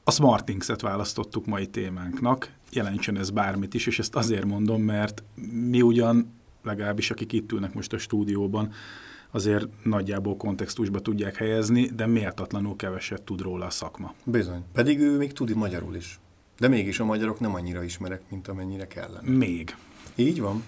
A SmartThings-et választottuk mai témánknak, jelentsen ez bármit is, és ezt azért mondom, mert mi ugyan, legalábbis akik itt ülnek most a stúdióban, azért nagyjából kontextusba tudják helyezni, de méltatlanul keveset tud róla a szakma. Bizony. Pedig ő még tud magyarul is. De mégis a magyarok nem annyira ismerek, mint amennyire kellene. Még. Így van.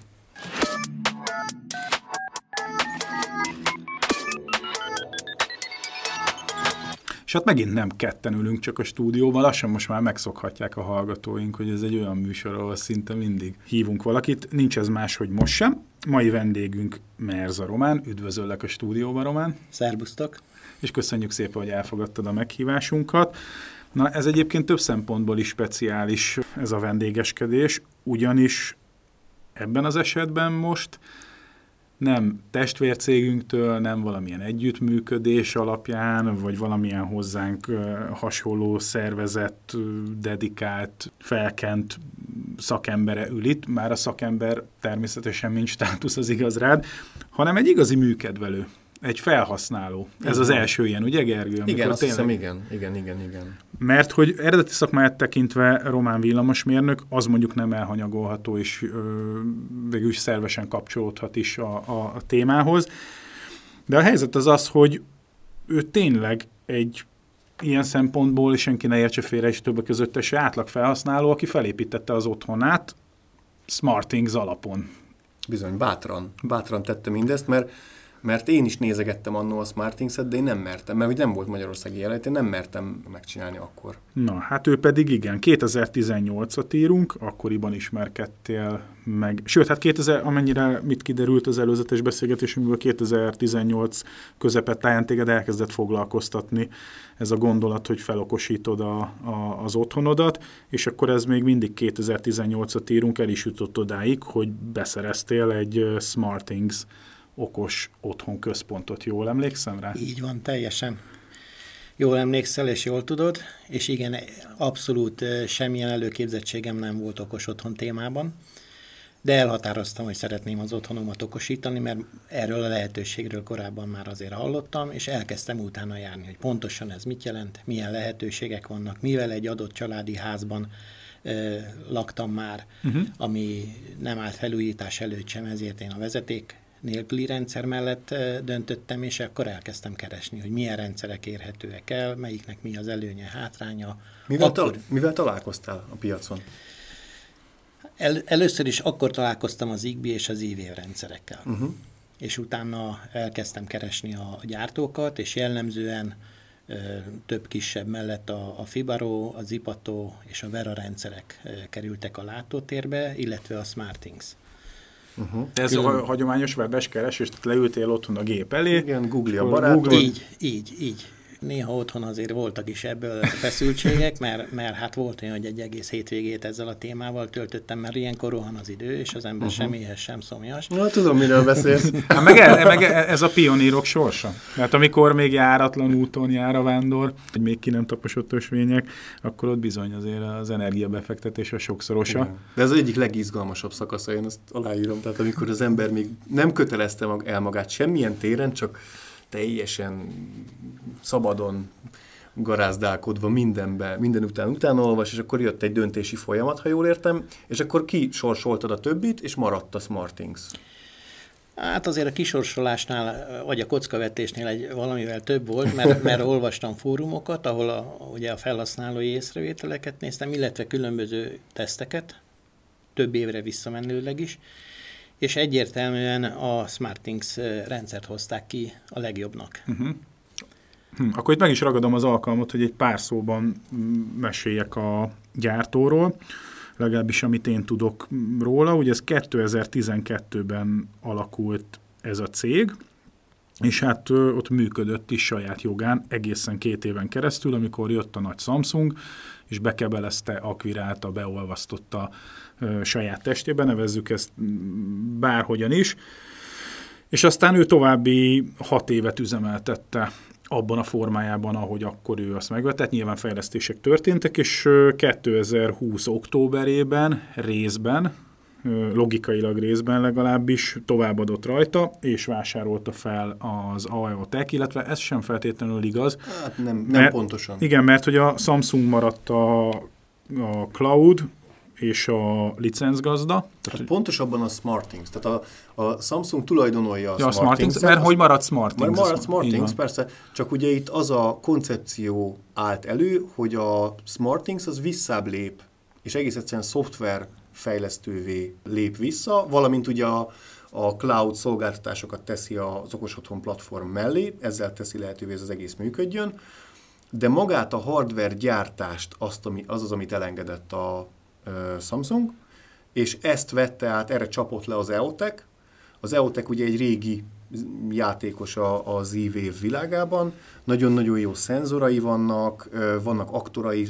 És hát megint nem ketten ülünk csak a stúdióban, lassan most már megszokhatják a hallgatóink, hogy ez egy olyan műsor, ahol szinte mindig hívunk valakit. Nincs ez más, hogy most sem. Mai vendégünk Merza Román. Üdvözöllek a stúdióban, Román. Szerbusztok. És köszönjük szépen, hogy elfogadtad a meghívásunkat. Na, ez egyébként több szempontból is speciális, ez a vendégeskedés, ugyanis ebben az esetben most nem testvércégünktől, nem valamilyen együttműködés alapján, vagy valamilyen hozzánk hasonló szervezett, dedikált, felkent szakembere ül itt, már a szakember természetesen mint státusz, az igaz rád, hanem egy igazi műkedvelő, egy felhasználó. Ez az első ilyen, ugye Gergő? Igen, azt hiszem, igen. Mert hogy eredeti szakmáját tekintve Román villamosmérnök, az mondjuk nem elhanyagolható, és végül is szervesen kapcsolódhat is a témához. De a helyzet az, hogy ő tényleg egy ilyen szempontból, és senki ne értse félre, és többek között se átlag felhasználó, aki felépítette az otthonát SmartThings alapon. Bizony, bátran tette mindezt, mert én is nézegettem annó a SmartThings-et, de én nem mertem, mert nem volt magyarországi jelenlét, én nem mertem megcsinálni akkor. Na, hát ő pedig igen, 2018-at írunk, akkoriban ismerkedtél meg. Sőt, hát amennyire mit kiderült az előzetes beszélgetésünkből, 2018 közepettáján téged elkezdett foglalkoztatni ez a gondolat, hogy felokosítod az otthonodat, és akkor ez még mindig 2018-at írunk, el is jutott odáig, hogy beszereztél egy SmartThings okos otthon központot. Jól emlékszem rá? Így van, teljesen. Jól emlékszel, és jól tudod, és igen, abszolút semmilyen előképzettségem nem volt okos otthon témában, de elhatároztam, hogy szeretném az otthonomat okosítani, mert erről a lehetőségről korábban már azért hallottam, és elkezdtem utána járni, hogy pontosan ez mit jelent, milyen lehetőségek vannak, mivel egy adott családi házban laktam már, ami nem állt felújítás előtt sem, ezért én a vezeték nélküli rendszer mellett döntöttem, és akkor elkezdtem keresni, hogy milyen rendszerek érhetőek el, melyiknek mi az előnye, hátránya. Mivel találkoztál a piacon? Először is akkor találkoztam az Zigbee és az iWave rendszerekkel. És utána elkezdtem keresni a gyártókat, és jellemzően több kisebb mellett a Fibaro, a Zipato és a Vera rendszerek kerültek a látótérbe, illetve a SmartThings. Ez a hagyományos webes keresés, tehát leültél otthon a gép elé. Igen, Google a barátod. Így. Néha otthon azért voltak is ebből feszültségek, mert hát volt olyan, hogy egy egész hétvégét ezzel a témával töltöttem, mert ilyenkor rohan az idő, és az ember sem éhes, sem szomjas. Na, tudom, miről beszélsz. meg ez a pionírok sorsa. Tehát amikor még járatlan úton jár a vándor, hogy még ki nem taposott ösvények, akkor ott bizony azért az energiabefektetés a sokszorosa. Igen. De ez az egyik legizgalmasabb szakasza, én azt aláírom. Tehát amikor az ember még nem kötelezte el magát semmilyen téren, csak teljesen szabadon garázdálkodva minden utána olvas, és akkor jött egy döntési folyamat, ha jól értem, és akkor kisorsoltad a többit, és maradt a SmartThings. Hát azért a kisorsolásnál, vagy a kockavetésnél valamivel több volt, mert olvastam fórumokat, ahol ugye a felhasználói észrevételeket néztem, illetve különböző teszteket, több évre visszamenőleg is, és egyértelműen a SmartThings rendszert hozták ki a legjobbnak. Akkor itt meg is ragadom az alkalmat, hogy egy pár szóban meséljek a gyártóról, legalábbis amit én tudok róla. Ugye ez 2012-ben alakult ez a cég, és hát ott működött is saját jogán egészen 2 éven keresztül, amikor jött a nagy Samsung, és bekebelezte, akvirálta, beolvasztotta saját testébe, nevezzük ezt bárhogyan is, és aztán ő további 6 évet üzemeltette abban a formájában, ahogy akkor ő azt megvette. Tehát nyilván fejlesztések történtek, és 2020 októberében részben logikailag részben legalábbis továbbadott rajta, és vásárolta fel az AEOTech, illetve ez sem feltétlenül igaz. Hát nem pontosan. Igen, mert hogy a Samsung maradt a cloud és a licencgazda. Hát pontosabban a SmartThings. Tehát a Samsung tulajdonolja a SmartThings. Mert hogy maradt SmartThings? Maradt SmartThings, persze. Csak ugye itt az a koncepció állt elő, hogy a SmartThings az visszább lép, és egész egyszerűen szoftverfejlesztővé lép vissza, valamint ugye a cloud szolgáltatásokat teszi az okos otthon platform mellé, ezzel teszi lehetővé, ez az egész működjön, de magát a hardware gyártást az, amit elengedett a Samsung, és ezt vette át, erre csapott le az EOTech. Az EOTech ugye egy régi játékos a Z-Wave világában, nagyon-nagyon jó szenzorai vannak aktorai,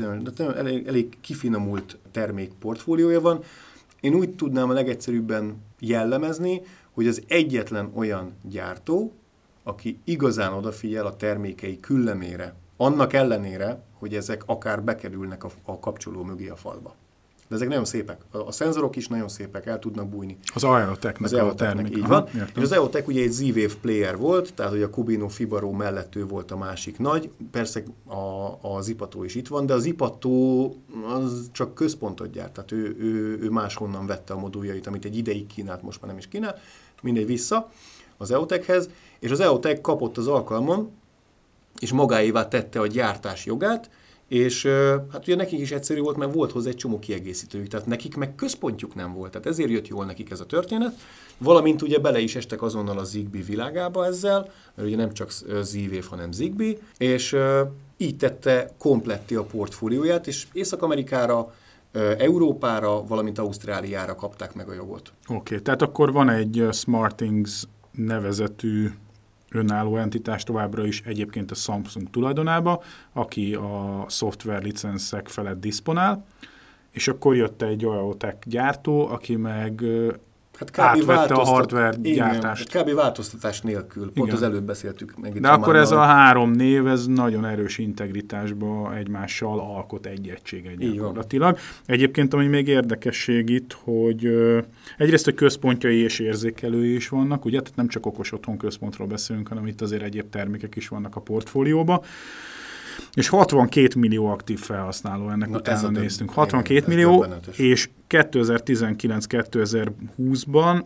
elég kifinomult termékportfóliója van. Én úgy tudnám a legegyszerűbben jellemezni, hogy az egyetlen olyan gyártó, aki igazán odafigyel a termékei küllemére, annak ellenére, hogy ezek akár bekerülnek a kapcsoló mögé a falba. De ezek nagyon szépek. A szenzorok is nagyon szépek, el tudnak bújni. Az EOTech-nek a termék. Így van. És az EOTech ugye egy Z-Wave player volt, tehát hogy a Cubino Fibaro mellett ő volt a másik nagy. Persze az Zipato is itt van, de az Zipato az csak központot gyárt. Tehát ő máshonnan vette a moduljait, amit egy ideig kínált, most már nem is kínál. Mindegy vissza az EOTechhez. És az EOTech kapott az alkalmon, és magáévá tette a gyártás jogát, és hát ugye nekik is egyszerű volt, mert volt hozzá egy csomó kiegészítőjük, tehát nekik meg központjuk nem volt, tehát ezért jött jól nekik ez a történet, valamint ugye bele is estek azonnal a Zigbee világába ezzel, mert ugye nem csak Z-Wave, hanem Zigbee, és így tette kompletti a portfólióját, és Észak-Amerikára, Európára, valamint Ausztráliára kapták meg a jogot. Oké, tehát akkor van egy SmartThings nevezetű önálló entitás továbbra is egyébként a Samsung tulajdonába, aki a szoftver licenszek felett diszponál, és akkor jött egy EOTech gyártó, aki meg átvette a hardware gyártást. Kb. Változtatás nélkül. Pont az előbb beszéltük meg. De akkor ez a három név, ez nagyon erős integritásba egymással alkot egy egységet gyakorlatilag. Egyébként, ami még érdekesség itt, hogy egyrészt a központjai és érzékelői is vannak, ugye, tehát nem csak okos otthon központról beszélünk, hanem itt azért egyéb termékek is vannak a portfólióban. És 62 millió aktív felhasználó, ennek utána néztünk. 62 millió, és 2019-2020-ban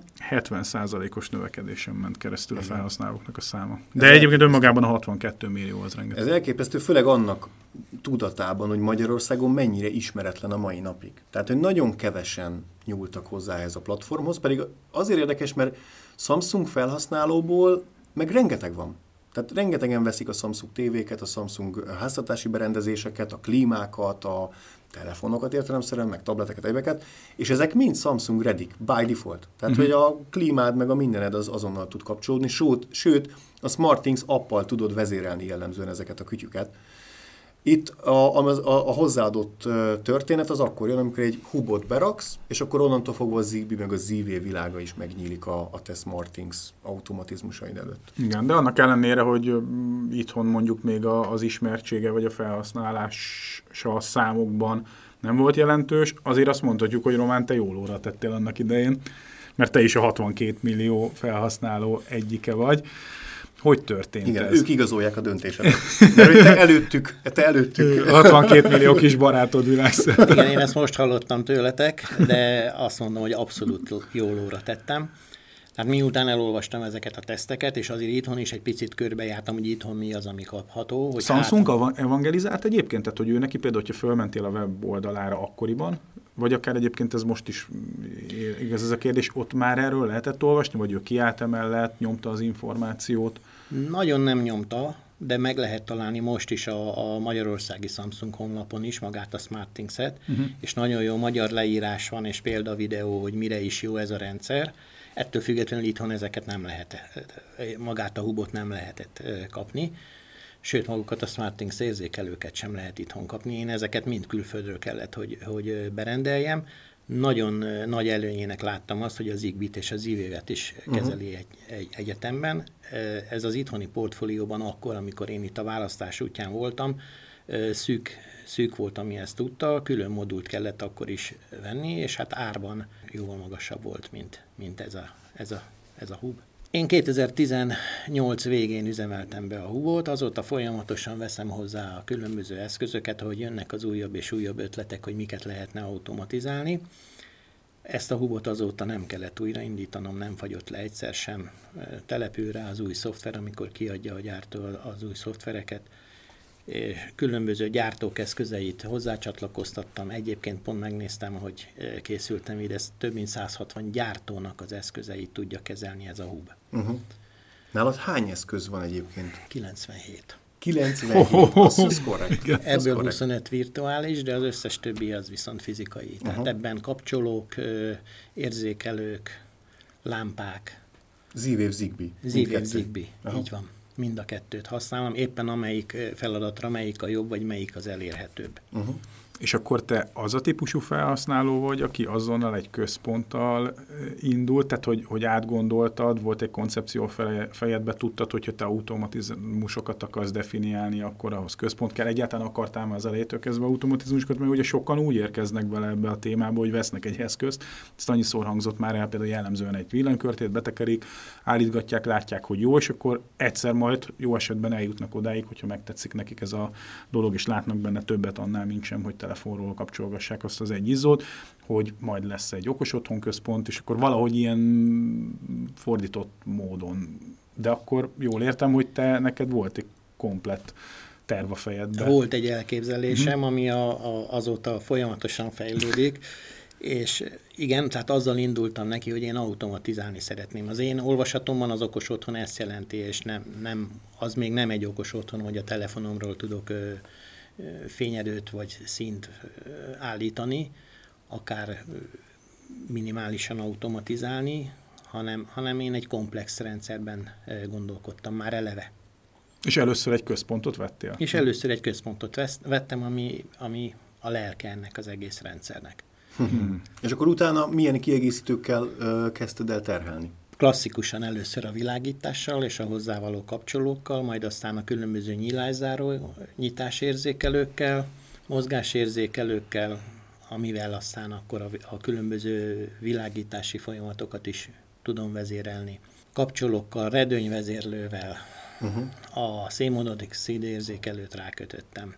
70%-os növekedésen ment keresztül a felhasználóknak a száma. De egyébként önmagában a 62 millió az rengeteg. Ez elképesztő, főleg annak tudatában, hogy Magyarországon mennyire ismeretlen a mai napig. Tehát, hogy nagyon kevesen nyúltak hozzá ez a platformhoz, pedig azért érdekes, mert Samsung felhasználóból meg rengeteg van. Tehát rengetegen veszik a Samsung tévéket, a Samsung háztartási berendezéseket, a klímákat, a telefonokat értelemszerűen, meg tableteket, egyebeket, és ezek mind Samsung ready, by default. Tehát, hogy a klímád meg a mindened az azonnal tud kapcsolódni, sőt, a SmartThings appal tudod vezérelni jellemzően ezeket a kütyüket. Itt a hozzáadott történet az akkor jön, amikor egy hubot beraksz, és akkor onnantól fogva a Zigbee meg a Z-Wave világa is megnyílik a te SmartThings automatizmusaid előtt. Igen, de annak ellenére, hogy itthon mondjuk még az ismertsége vagy a felhasználása a számokban nem volt jelentős, azért azt mondhatjuk, hogy Román, te jól óra tettél annak idején, mert te is a 62 millió felhasználó egyike vagy. Hogy történt igen, ez? Ők igazolják a döntésedet. Mert te előttük. 62 millió kis barátod világszerte. Igen, én ezt most hallottam tőletek, de azt mondom, hogy abszolút jól óra tettem. Tehát miután elolvastam ezeket a teszteket, és azért itthon is egy picit körbejártam, hogy itthon mi az, ami kapható. Hogy Samsung evangelizált egyébként? Tehát, hogy ő neki például, hogyha fölmentél a weboldalára akkoriban, vagy akár egyébként ez most is igaz ez a kérdés, ott már erről lehetett olvasni, vagy ő kiállt emellett, nyomta az információt? Nagyon nem nyomta, de meg lehet találni most is a magyarországi Samsung honlapon is magát a SmartThings-et, és nagyon jó magyar leírás van, és példavideó, hogy mire is jó ez a rendszer. Ettől függetlenül itthon ezeket nem lehet, magát a hubot nem lehetett kapni, sőt magukat a SmartThings érzékelőket sem lehet itthon kapni. Én ezeket mind külföldről kellett, hogy berendeljem. Nagyon nagy előnyének láttam azt, hogy a Zigbee-t és a Z-Wave-et is kezeli egy egyetemben. Ez az itthoni portfólióban akkor, amikor én itt a választás útján voltam, szűk volt, ami ezt tudta, külön modult kellett akkor is venni, és hát árban jóval magasabb volt, mint ez a hub. Én 2018 végén üzemeltem be a hubot, azóta folyamatosan veszem hozzá a különböző eszközöket, hogy jönnek az újabb és újabb ötletek, hogy miket lehetne automatizálni. Ezt a hubot azóta nem kellett újraindítanom, nem fagyott le egyszer sem. Települ rá az új szoftver, amikor kiadja a gyártó az új szoftvereket. Különböző gyártók eszközeit hozzácsatlakoztattam. Egyébként pont megnéztem, hogy készültem ide, több mint 160 gyártónak az eszközeit tudja kezelni ez a hub. Uh-huh. Nálad hány eszköz van egyébként? 97. 97, az korrekt. Ebből 25 virtuális, de az összes többi az viszont fizikai. Tehát ebben kapcsolók, érzékelők, lámpák. Z-Wave Zigbee. Z-Wave Zigbee, így van. Mind a kettőt használom, éppen amelyik feladatra melyik a jobb, vagy melyik az elérhetőbb. Uh-huh. És akkor te az a típusú felhasználó vagy, aki azonnal egy központtal indult, tehát hogy átgondoltad, volt egy koncepció fejedbe, tudtad, hogyha te automatizmusokat akarsz definiálni, akkor ahhoz központ kell. Egyáltalán akartál már az elejétől kezdve automatizmusokat, mert ugye sokan úgy érkeznek bele ebbe a témába, hogy vesznek egy eszközt. Ezt annyiszor hangzott már el, például jellemzően egy villanykörtét betekerik, állítgatják, látják, hogy jó, és akkor egyszer majd jó esetben eljutnak odáig, hogyha megtetszik nekik ez a dolog, és látnak benne többet annál, mint sem, hogy telefonról kapcsolgassák azt az egy izzót, hogy majd lesz egy okos otthonközpont, és akkor valahogy ilyen fordított módon. De akkor jól értem, hogy neked volt egy komplett terv a fejedben. Volt egy elképzelésem, ami azóta folyamatosan fejlődik, és igen, tehát azzal indultam neki, hogy én automatizálni szeretném. Az én olvasatomban az okos otthon ezt jelenti, és az még nem egy okos otthon, hogy a telefonomról tudok fényerőt vagy színt állítani, akár minimálisan automatizálni, hanem én egy komplex rendszerben gondolkodtam már eleve. És először egy központot vettél? És először egy központot vettem, ami a lelke ennek az egész rendszernek. És akkor utána milyen kiegészítőkkel kezdted el terhelni? Klasszikusan először a világítással és a hozzávaló kapcsolókkal, majd aztán a különböző nyílászáró nyitásérzékelőkkel, mozgásérzékelőkkel, amivel aztán akkor a különböző világítási folyamatokat is tudom vezérelni. Kapcsolókkal, redőnyvezérlővel, a szénmonoxid érzékelőt rákötöttem.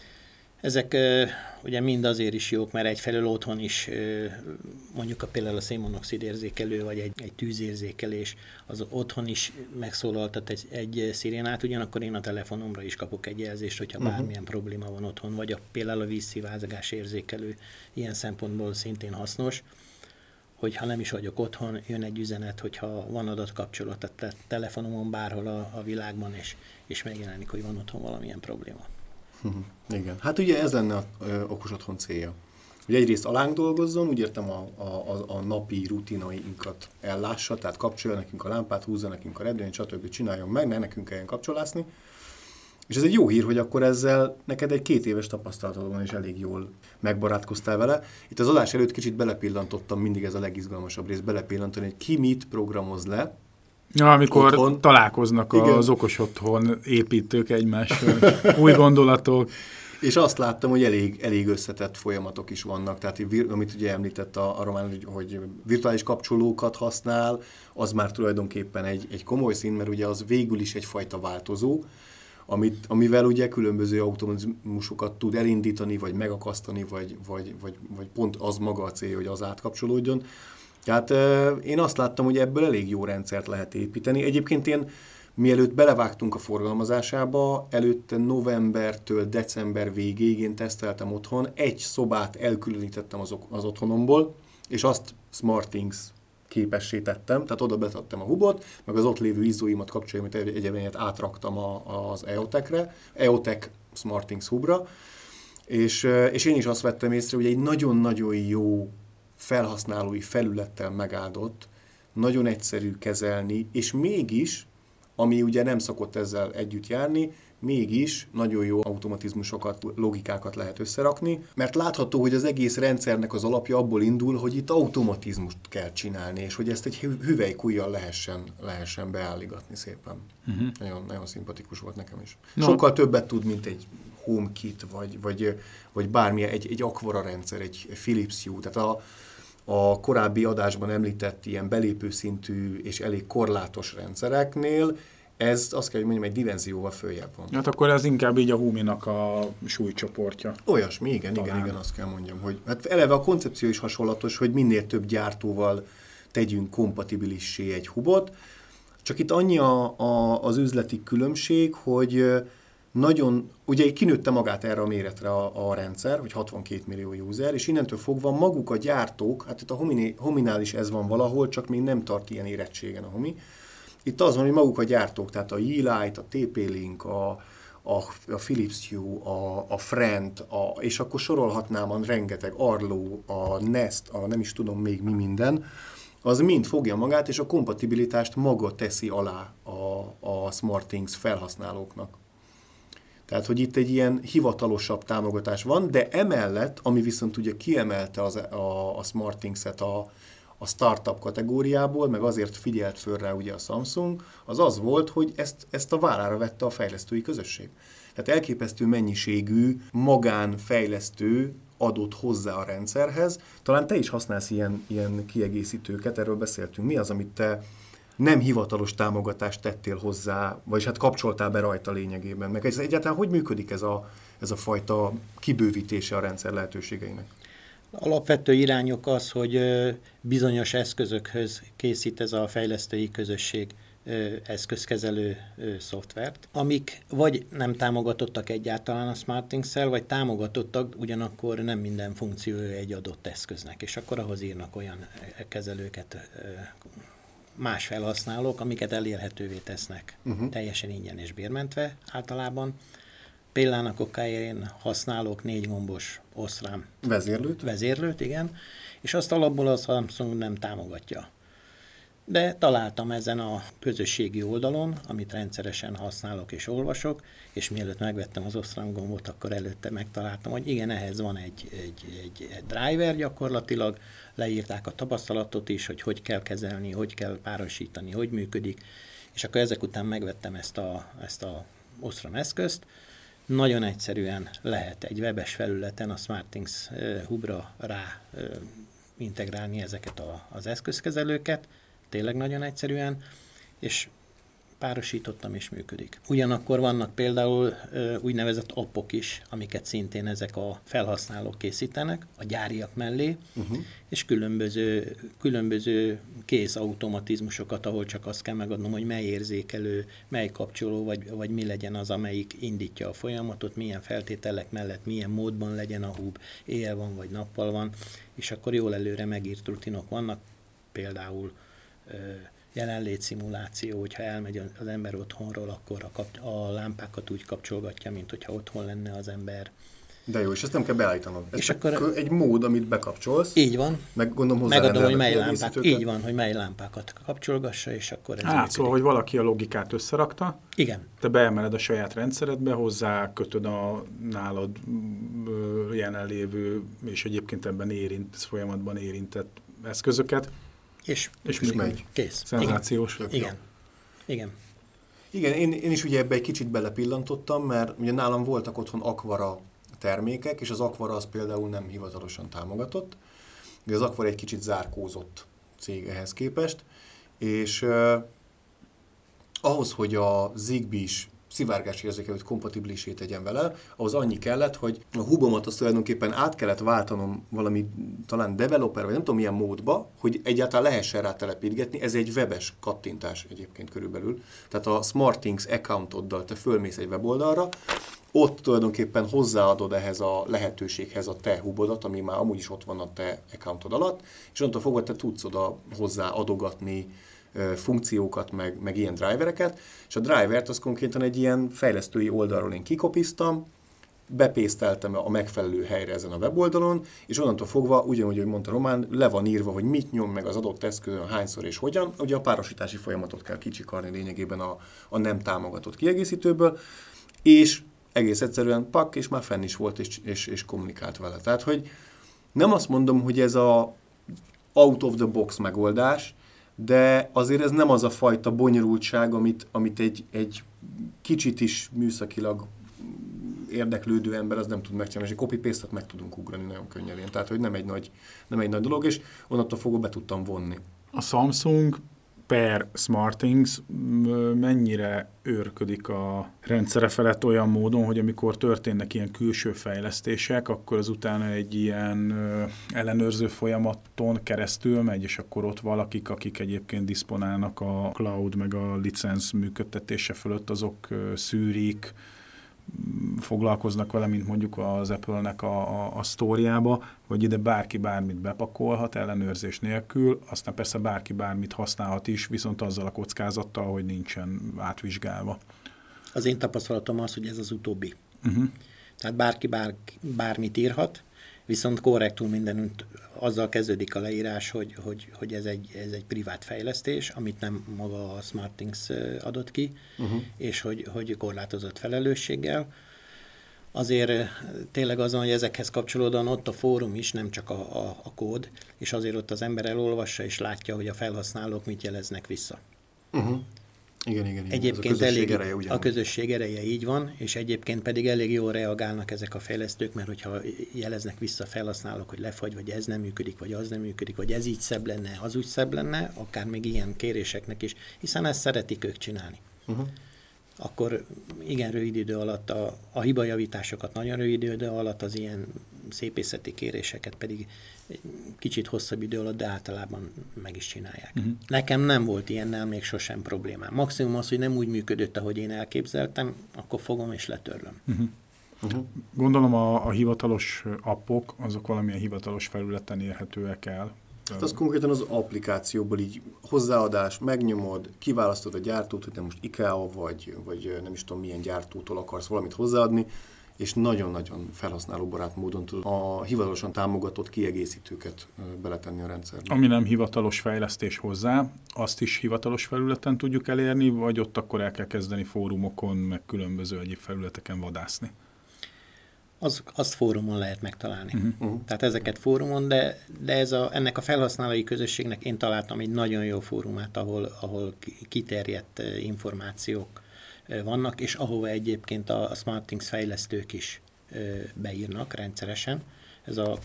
Ezek ugye mind azért is jók, mert egyfelől otthon is mondjuk például a szénmonoxid érzékelő, vagy egy tűzérzékelés, az otthon is megszólaltat egy szirénát, ugyanakkor én a telefonomra is kapok egy jelzést, hogyha bármilyen probléma van otthon, vagy például a vízszivárgás érzékelő ilyen szempontból szintén hasznos, hogy ha nem is vagyok otthon, jön egy üzenet, hogyha van adatkapcsolat a telefonomon bárhol a világban, és megjelenik, hogy van otthon valamilyen probléma. Igen. Hát ugye ez lenne az okos otthon célja. Ugye egyrészt alánk dolgozzon, úgy értem a napi rutinainkat ellássa, tehát kapcsolja nekünk a lámpát, húzza nekünk a redőnyt, stb. Csináljon meg, ne nekünk kelljen kapcsolászni. És ez egy jó hír, hogy akkor ezzel neked egy 2 éves tapasztalatod van, és elég jól megbarátkoztál vele. Itt az adás előtt kicsit belepillantottam, mindig ez a legizgalmasabb rész, belepillantani, hogy ki mit programoz le. Ja, amikor otthon találkoznak az okos otthon építők egymással, új gondolatok. És azt láttam, hogy elég összetett folyamatok is vannak, tehát amit ugye említett a Román, hogy virtuális kapcsolókat használ, az már tulajdonképpen egy komoly szín, mert ugye az végül is egyfajta változó, amivel ugye különböző automatizmusokat tud elindítani, vagy megakasztani, vagy pont az maga a cél, hogy az átkapcsolódjon. Tehát én azt láttam, hogy ebből elég jó rendszert lehet építeni. Egyébként mielőtt belevágtunk a forgalmazásába, előtte novembertől december végéig én teszteltem otthon, egy szobát elkülönítettem az otthonomból, és azt SmartThings képessé tettem, tehát oda betettem a hubot, meg az ott lévő izzóimat, kapcsolóimat, egyébként átraktam az EOTech-re, EOTech SmartThings hubra, és én is azt vettem észre, hogy egy nagyon-nagyon jó felhasználói felülettel megáldott, nagyon egyszerű kezelni, és mégis, ami ugye nem szokott ezzel együtt járni, mégis nagyon jó automatizmusokat, logikákat lehet összerakni, mert látható, hogy az egész rendszernek az alapja abból indul, hogy itt automatizmust kell csinálni, és hogy ezt egy hüvelykujjal lehessen beállítani szépen. Nagyon, nagyon szimpatikus volt nekem is. No. Sokkal többet tud, mint egy HomeKit, vagy bármilyen, egy Aquara rendszer, egy Philips Hue, tehát a korábbi adásban említett ilyen belépőszintű és elég korlátos rendszereknél ez azt kell, hogy mondjam, egy dimenzióval följebb van. Hát akkor ez inkább így a Humi-nak a súlycsoportja. Olyasmi, igen, azt kell mondjam, hogy hát eleve a koncepció is hasonlatos, hogy minél több gyártóval tegyünk kompatibilissé egy hubot, csak itt annyi az üzleti különbség, hogy nagyon, ugye kinőtte magát erre a méretre a rendszer, hogy 62 millió user, és innentől fogva maguk a gyártók, hát itt a Hominál is ez van valahol, csak még nem tart ilyen érettségen a Homi. Itt az van, hogy maguk a gyártók, tehát a Yeelight, a TP-Link, a Philips Hue, a Frent, és akkor sorolhatnám a rengeteg Arlo, a Nest, nem is tudom még mi minden, az mind fogja magát, és a kompatibilitást maga teszi alá a SmartThings felhasználóknak. Tehát, hogy itt egy ilyen hivatalosabb támogatás van, de emellett, ami viszont ugye kiemelte a SmartThings-et a startup kategóriából, meg azért figyelt föl rá ugye a Samsung, az volt, hogy ezt a vállára vette a fejlesztői közösség. Tehát elképesztő mennyiségű magánfejlesztő adott hozzá a rendszerhez. Talán te is használsz ilyen kiegészítőket, erről beszéltünk. Mi az, amit te nem hivatalos támogatást tettél hozzá, vagyis hát kapcsoltál be rajta lényegében? Meg egyáltalán hogy működik ez a fajta kibővítése a rendszer lehetőségeinek? Alapvető irányok az, hogy bizonyos eszközökhöz készít ez a fejlesztői közösség eszközkezelő szoftvert, amik vagy nem támogatottak egyáltalán a SmartThings-szel, vagy támogatottak, ugyanakkor nem minden funkciója egy adott eszköznek, és akkor ahhoz írnak olyan kezelőket más felhasználók, amiket elérhetővé tesznek teljesen ingyen és bérmentve általában. Például okáért használok 4 gombos Osram vezérlőt, igen, és azt alapból a Samsung nem támogatja. De találtam ezen a közösségi oldalon, amit rendszeresen használok és olvasok, és mielőtt megvettem az Osram gombot, akkor előtte megtaláltam, hogy igen, ehhez van egy driver gyakorlatilag, leírták a tapasztalatot is, hogy kell kezelni, hogy kell párosítani, hogy működik, és akkor ezek után megvettem ezt a Osram eszközt. Nagyon egyszerűen lehet egy webes felületen a SmartThings hubra rá integrálni ezeket az eszközkezelőket, tényleg nagyon egyszerűen, és párosítottam és működik. Ugyanakkor vannak például úgynevezett appok is, amiket szintén ezek a felhasználók készítenek a gyáriak mellé, és különböző kész automatizmusokat, ahol csak azt kell megadnom, hogy mely érzékelő, mely kapcsoló, vagy mi legyen az, amelyik indítja a folyamatot, milyen feltételek mellett, milyen módban legyen a hub, éjjel van vagy nappal van, és akkor jól előre megírt rutinok vannak, például jelenlétszimuláció, hogyha elmegy az ember otthonról, akkor a lámpákat úgy kapcsolgatja, mint hogyha otthon lenne az ember. De jó, és ezt nem kell beállítanod. Ez és akkor egy mód, amit bekapcsolsz. Így van. Megadom, hogy mely lámpákat. Így van, hogy mely lámpákat kapcsolgassa, és akkor ez szóval, hogy valaki a logikát összerakta. Igen. Te beemeled a saját rendszeredbe, hozzá kötöd a nálad jelenlévő, és egyébként ebben folyamatban érintett eszközöket. És megy. Kész. Szenzációs. Igen. Igen, én is ugye ebbe egy kicsit belepillantottam, mert ugye nálam voltak otthon Aquara termékek, és az Aquara az például nem hivatalosan támogatott, de az Aquara egy kicsit zárkózott cég ehhez képest, és ahhoz, hogy a Zigbee is szivárgási érzékelőt kompatibilisé tegyen vele, ahhoz annyi kellett, hogy a hubomat azt tulajdonképpen át kellett váltanom valami talán developer, vagy nem tudom milyen módba, hogy egyáltalán lehessen rá telepítgetni. Ez egy webes kattintás egyébként körülbelül. Tehát a SmartThings accountoddal te fölmész egy weboldalra, ott tulajdonképpen hozzáadod ehhez a lehetőséghez a te hubodat, ami már amúgy is ott van a te accountod alatt, és onnantól fogva te tudsz oda hozzá adogatni funkciókat, meg ilyen drivereket, és a drivert az konkrétan egy ilyen fejlesztői oldalról én kikopiztam, bepészteltem a megfelelő helyre ezen a weboldalon, és onnantól fogva, ugyanúgy, ahogy mondta Román, le van írva, hogy mit nyom meg az adott eszközön, hányszor és hogyan. Ugye a párosítási folyamatot kell kicsikarni lényegében a nem támogatott kiegészítőből, és egész egyszerűen pak, és már fenn is volt, és kommunikált vele. Tehát, hogy nem azt mondom, hogy ez a out of the box megoldás, de azért ez nem az a fajta bonyolultság, amit egy kicsit is műszakilag érdeklődő ember az nem tud megcsinálni, és egy copy-paste-et meg tudunk ugrani nagyon könnyedén. Tehát, hogy nem egy nagy dolog, és onnantól fogva be tudtam vonni. A Samsung per SmartThings mennyire őrködik a rendszere felett olyan módon, hogy amikor történnek ilyen külső fejlesztések, akkor az utána egy ilyen ellenőrző folyamaton keresztül megy, és akkor ott valakik, akik egyébként diszponálnak a cloud meg a licenc működtetése fölött, azok szűrik, foglalkoznak vele, mint mondjuk az Apple-nek a sztóriába, hogy ide bárki bármit bepakolhat ellenőrzés nélkül, aztán persze bárki bármit használhat is, viszont azzal a kockázattal, hogy nincsen átvizsgálva. Az én tapasztalatom az, hogy ez az utóbbi. Tehát bárki bármit írhat, viszont korrektul mindenütt azzal kezdődik a leírás, hogy ez egy privát fejlesztés, amit nem maga a SmartThings adott ki, és hogy korlátozott felelősséggel. Azért tényleg azon, hogy ezekhez kapcsolódóan ott a fórum is, nem csak a kód, és azért ott az ember elolvassa és látja, hogy a felhasználók mit jeleznek vissza. Igen. Egyébként a közösség ereje így van, és egyébként pedig elég jól reagálnak ezek a fejlesztők, mert hogyha jeleznek vissza felhasználók, hogy lefagy, vagy ez nem működik, vagy az nem működik, vagy ez így szebb lenne, az úgy szebb lenne, akár még ilyen kéréseknek is, hiszen ezt szeretik ők csinálni. Akkor igen rövid idő alatt a hibajavításokat nagyon rövid idő alatt, az ilyen szépészeti kéréseket pedig kicsit hosszabb idő alatt, de általában meg is csinálják. Nekem nem volt ilyennel még sosem problémám. Maximum az, hogy nem úgy működött, ahogy én elképzeltem, akkor fogom és letörlöm. Gondolom a hivatalos appok, azok valamilyen hivatalos felületen érhetőek el. Hát az konkrétan az applikációból így hozzáadás, megnyomod, kiválasztod a gyártót, hogy te most IKEA vagy nem is tudom milyen gyártótól akarsz valamit hozzáadni, és nagyon-nagyon felhasználóbarát módon tud a hivatalosan támogatott kiegészítőket beletenni a rendszerbe. Ami nem hivatalos fejlesztés hozzá, azt is hivatalos felületen tudjuk elérni, vagy ott akkor el kell kezdeni fórumokon, meg különböző egyéb felületeken vadászni? Azt fórumon lehet megtalálni. Tehát ezeket fórumon, de ennek a felhasználói közösségnek én találtam egy nagyon jó fórumát, ahol kiterjedt információk vannak, és ahova egyébként a SmartThings fejlesztők is beírnak rendszeresen. Ez a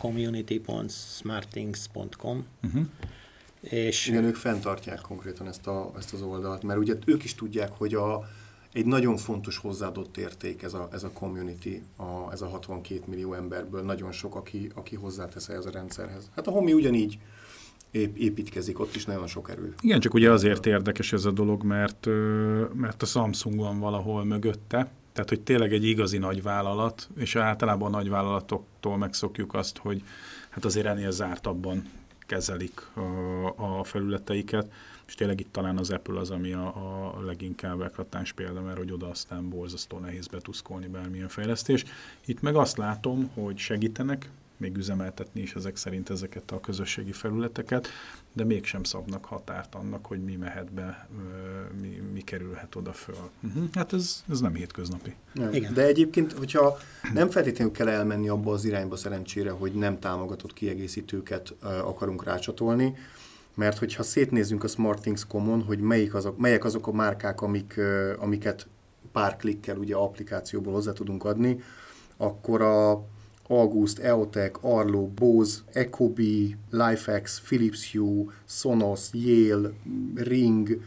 community.smartthings.com. És igen, ők fenntartják konkrétan ezt az oldalt, mert ugye ők is tudják, hogy egy nagyon fontos hozzáadott érték ez a community, ez a 62 millió emberből nagyon sok, aki hozzátesz ez a rendszerhez. Hát a Homi ugyanígy építkezik, ott is nagyon sok erő. Igen, csak ugye azért érdekes ez a dolog, mert a Samsung van valahol mögötte, tehát hogy tényleg egy igazi nagyvállalat, és általában a nagyvállalatoktól megszokjuk azt, hogy hát azért ennél zártabban kezelik a felületeiket, és tényleg itt talán az Apple az, ami a leginkább eklatáns példa, mert hogy oda aztán borzasztó nehéz betuszkolni bármilyen fejlesztés. Itt meg azt látom, hogy segítenek, még üzemeltetni is ezek szerint ezeket a közösségi felületeket, de mégsem szabnak határt annak, hogy mi mehet be, mi kerülhet oda föl. Hát ez nem hétköznapi. Igen. De egyébként, hogyha nem feltétlenül kell elmenni abba az irányba szerencsére, hogy nem támogatott kiegészítőket akarunk rácsatolni, mert hogyha szétnézzünk a SmartThings.com-on, hogy melyek azok a márkák, amiket pár klikkel ugye applikációból hozzá tudunk adni, akkor a August, EOTech, Arlo, Bose, Ecobee, Lifex, Philips Hue, Sonos, Yale, Ring,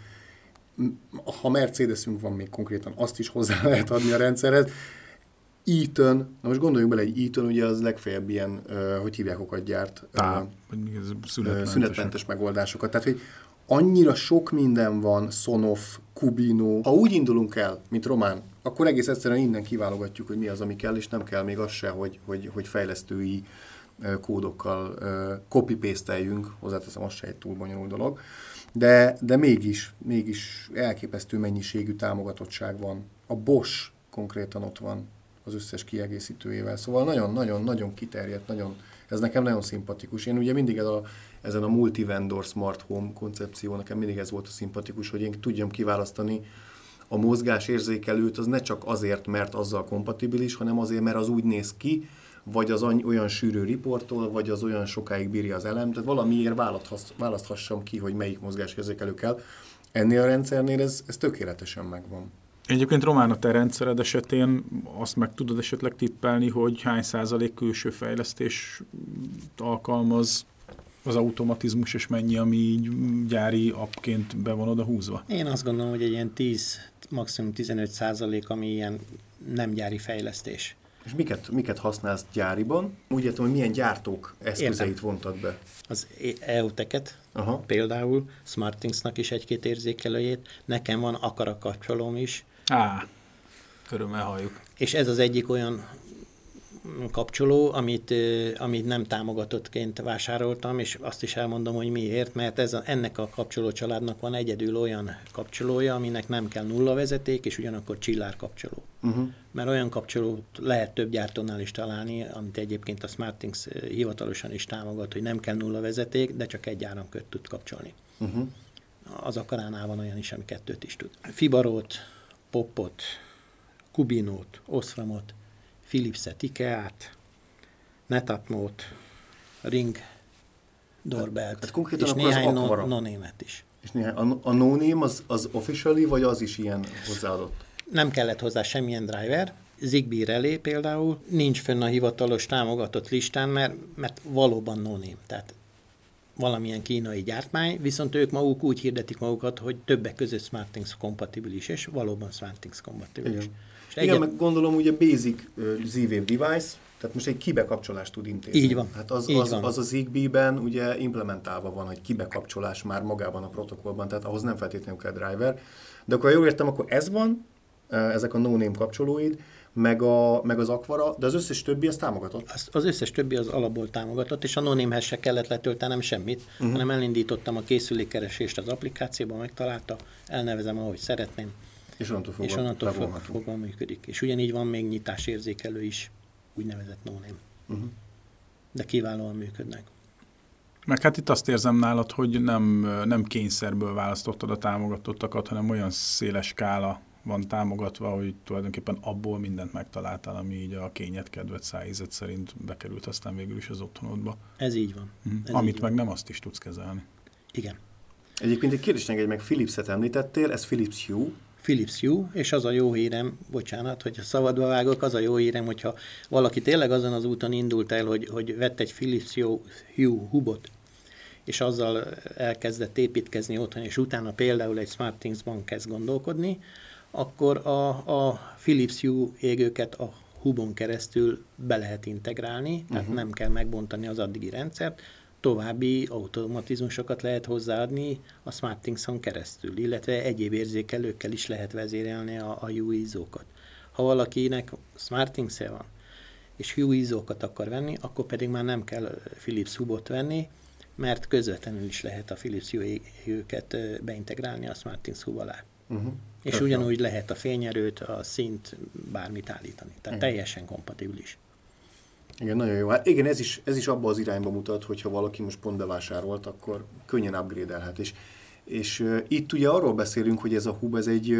ha Mercedesünk van még konkrétan, azt is hozzá lehet adni a rendszerhez. Eaton, na most gondoljunk bele, egy Eaton ugye az legfeljebb ilyen, hogy hívják, okat gyárt, szünetmentes megoldásokat. Tehát, hogy annyira sok minden van, Sonoff, Cubino. Ha úgy indulunk el, mint Román, akkor egész egyszerűen innen kiválogatjuk, hogy mi az, ami kell, és nem kell még az se, hogy fejlesztői kódokkal copy-paste-eljünk, hozzáteszem, az se egy túl bonyolult dolog, de mégis elképesztő mennyiségű támogatottság van. A Bosch konkrétan ott van az összes kiegészítőjével, szóval nagyon-nagyon kiterjedt, ez nekem nagyon szimpatikus. Én ugye mindig ezen a multi-vendor smart home koncepció, nekem mindig ez volt a szimpatikus, hogy én tudjam kiválasztani a mozgásérzékelőt, az ne csak azért, mert azzal kompatibilis, hanem azért, mert az úgy néz ki, vagy az olyan sűrű riportol, vagy az olyan sokáig bírja az elem, tehát valamiért választhassam ki, hogy melyik mozgásérzékelő kell. Ennél a rendszernél ez tökéletesen megvan. Egyébként Román, a te rendszered esetén azt meg tudod esetleg tippelni, hogy hány százalék külső fejlesztés alkalmaz az automatizmus, és mennyi, ami így gyári appként be van oda húzva? Én azt gondolom, hogy egy ilyen 10, maximum 15%, ami ilyen nem gyári fejlesztés. És miket használsz gyáriban? Úgy értem, hogy milyen gyártók eszközeit vontad be? Az EUTech-et, például SmartThings-nak is egy-két érzékelőjét, nekem van Akara kapcsolóm is. Örömmel halljuk. És ez az egyik olyan kapcsoló, amit nem támogatottként vásároltam, és azt is elmondom, hogy miért, mert ennek a kapcsolócsaládnak van egyedül olyan kapcsolója, aminek nem kell nulla vezeték, és ugyanakkor csillár kapcsoló. Mert olyan kapcsolót lehet több gyártónál is találni, amit egyébként a SmartThings hivatalosan is támogat, hogy nem kell nulla vezeték, de csak egy áramkört tud kapcsolni. Az Akaránál van olyan is, ami kettőt is tud. Fibarót, Poppot, Kubinót, Osramot, Philipset, Ikeát, Netatmót, Ring, Doorbelt, és néhány no-name-et is. És a no-name az officially, vagy az is ilyen hozzáadott? Nem kellett hozzá semmilyen driver. Zigbee Relay például nincs fönn a hivatalos támogatott listán, mert valóban no-name, tehát valamilyen kínai gyártmány, viszont ők maguk úgy hirdetik magukat, hogy többek között SmartThings kompatibilis, és valóban SmartThings kompatibilis. Igen, meg gondolom, ugye basic Z-Wave device, tehát most egy kibekapcsolást tud intézni. Így van. Hát az a Zigbee-ben ugye implementálva van, hogy kibekapcsolás már magában a protokollban, tehát ahhoz nem feltétlenül kell driver. De akkor jól értem, akkor ez van, ezek a no-name kapcsolóid, meg az Aquara, de az összes többi az támogatott? Az összes többi az alapból támogatott, és a no-name-hez se kellett letöltenem semmit, hanem elindítottam a készülékkeresést az applikációban, megtalálta, elnevezem, ahogy szeretném. És onnantól fogva működik. És ugyanígy van még nyitásérzékelő is, úgynevezett no-name. De kiválóan működnek. Meg hát itt azt érzem nálad, hogy nem kényszerből választottad a támogatottakat, hanem olyan széles skála van támogatva, hogy tulajdonképpen abból mindent megtaláltál, ami így a kényed, kedved, szájízed szerint bekerült aztán végül is az otthonodba. Ez így van. Amit meg nem, azt is tudsz kezelni. Igen. Egyébként egy kérdés engedj meg, Philips-et említettél, ez Philips Hue. Philips Hue, és az a jó hírem, bocsánat, hogyha szabadba vágok, az a jó hírem, hogyha valaki tényleg azon az úton indult el, hogy vett egy Philips Hue hubot, és azzal elkezdett építkezni otthon, és utána például egy SmartThings-ban kezd gondolkodni, akkor a Philips Hue égőket a hubon keresztül be lehet integrálni, tehát nem kell megbontani az addigi rendszert, további automatizmusokat lehet hozzáadni a SmartThings-on keresztül, illetve egyéb érzékelőkkel is lehet vezérelni a Hue ISO-kat. Ha valakinek SmartThings-e van, és Hue ISO-kat akar venni, akkor pedig már nem kell Philips Hubot venni, mert közvetlenül is lehet a Philips Hue égőket beintegrálni a SmartThings Hub alá. És ugyanúgy lehet a fényerőt, a színt, bármit állítani. Tehát teljesen kompatibilis. Igen, nagyon jó. Hát igen, ez is abba az irányba mutat, hogyha valaki most pont bevásárolt, akkor könnyen upgrade-elhet. És itt ugye arról beszélünk, hogy ez a hub, ez egy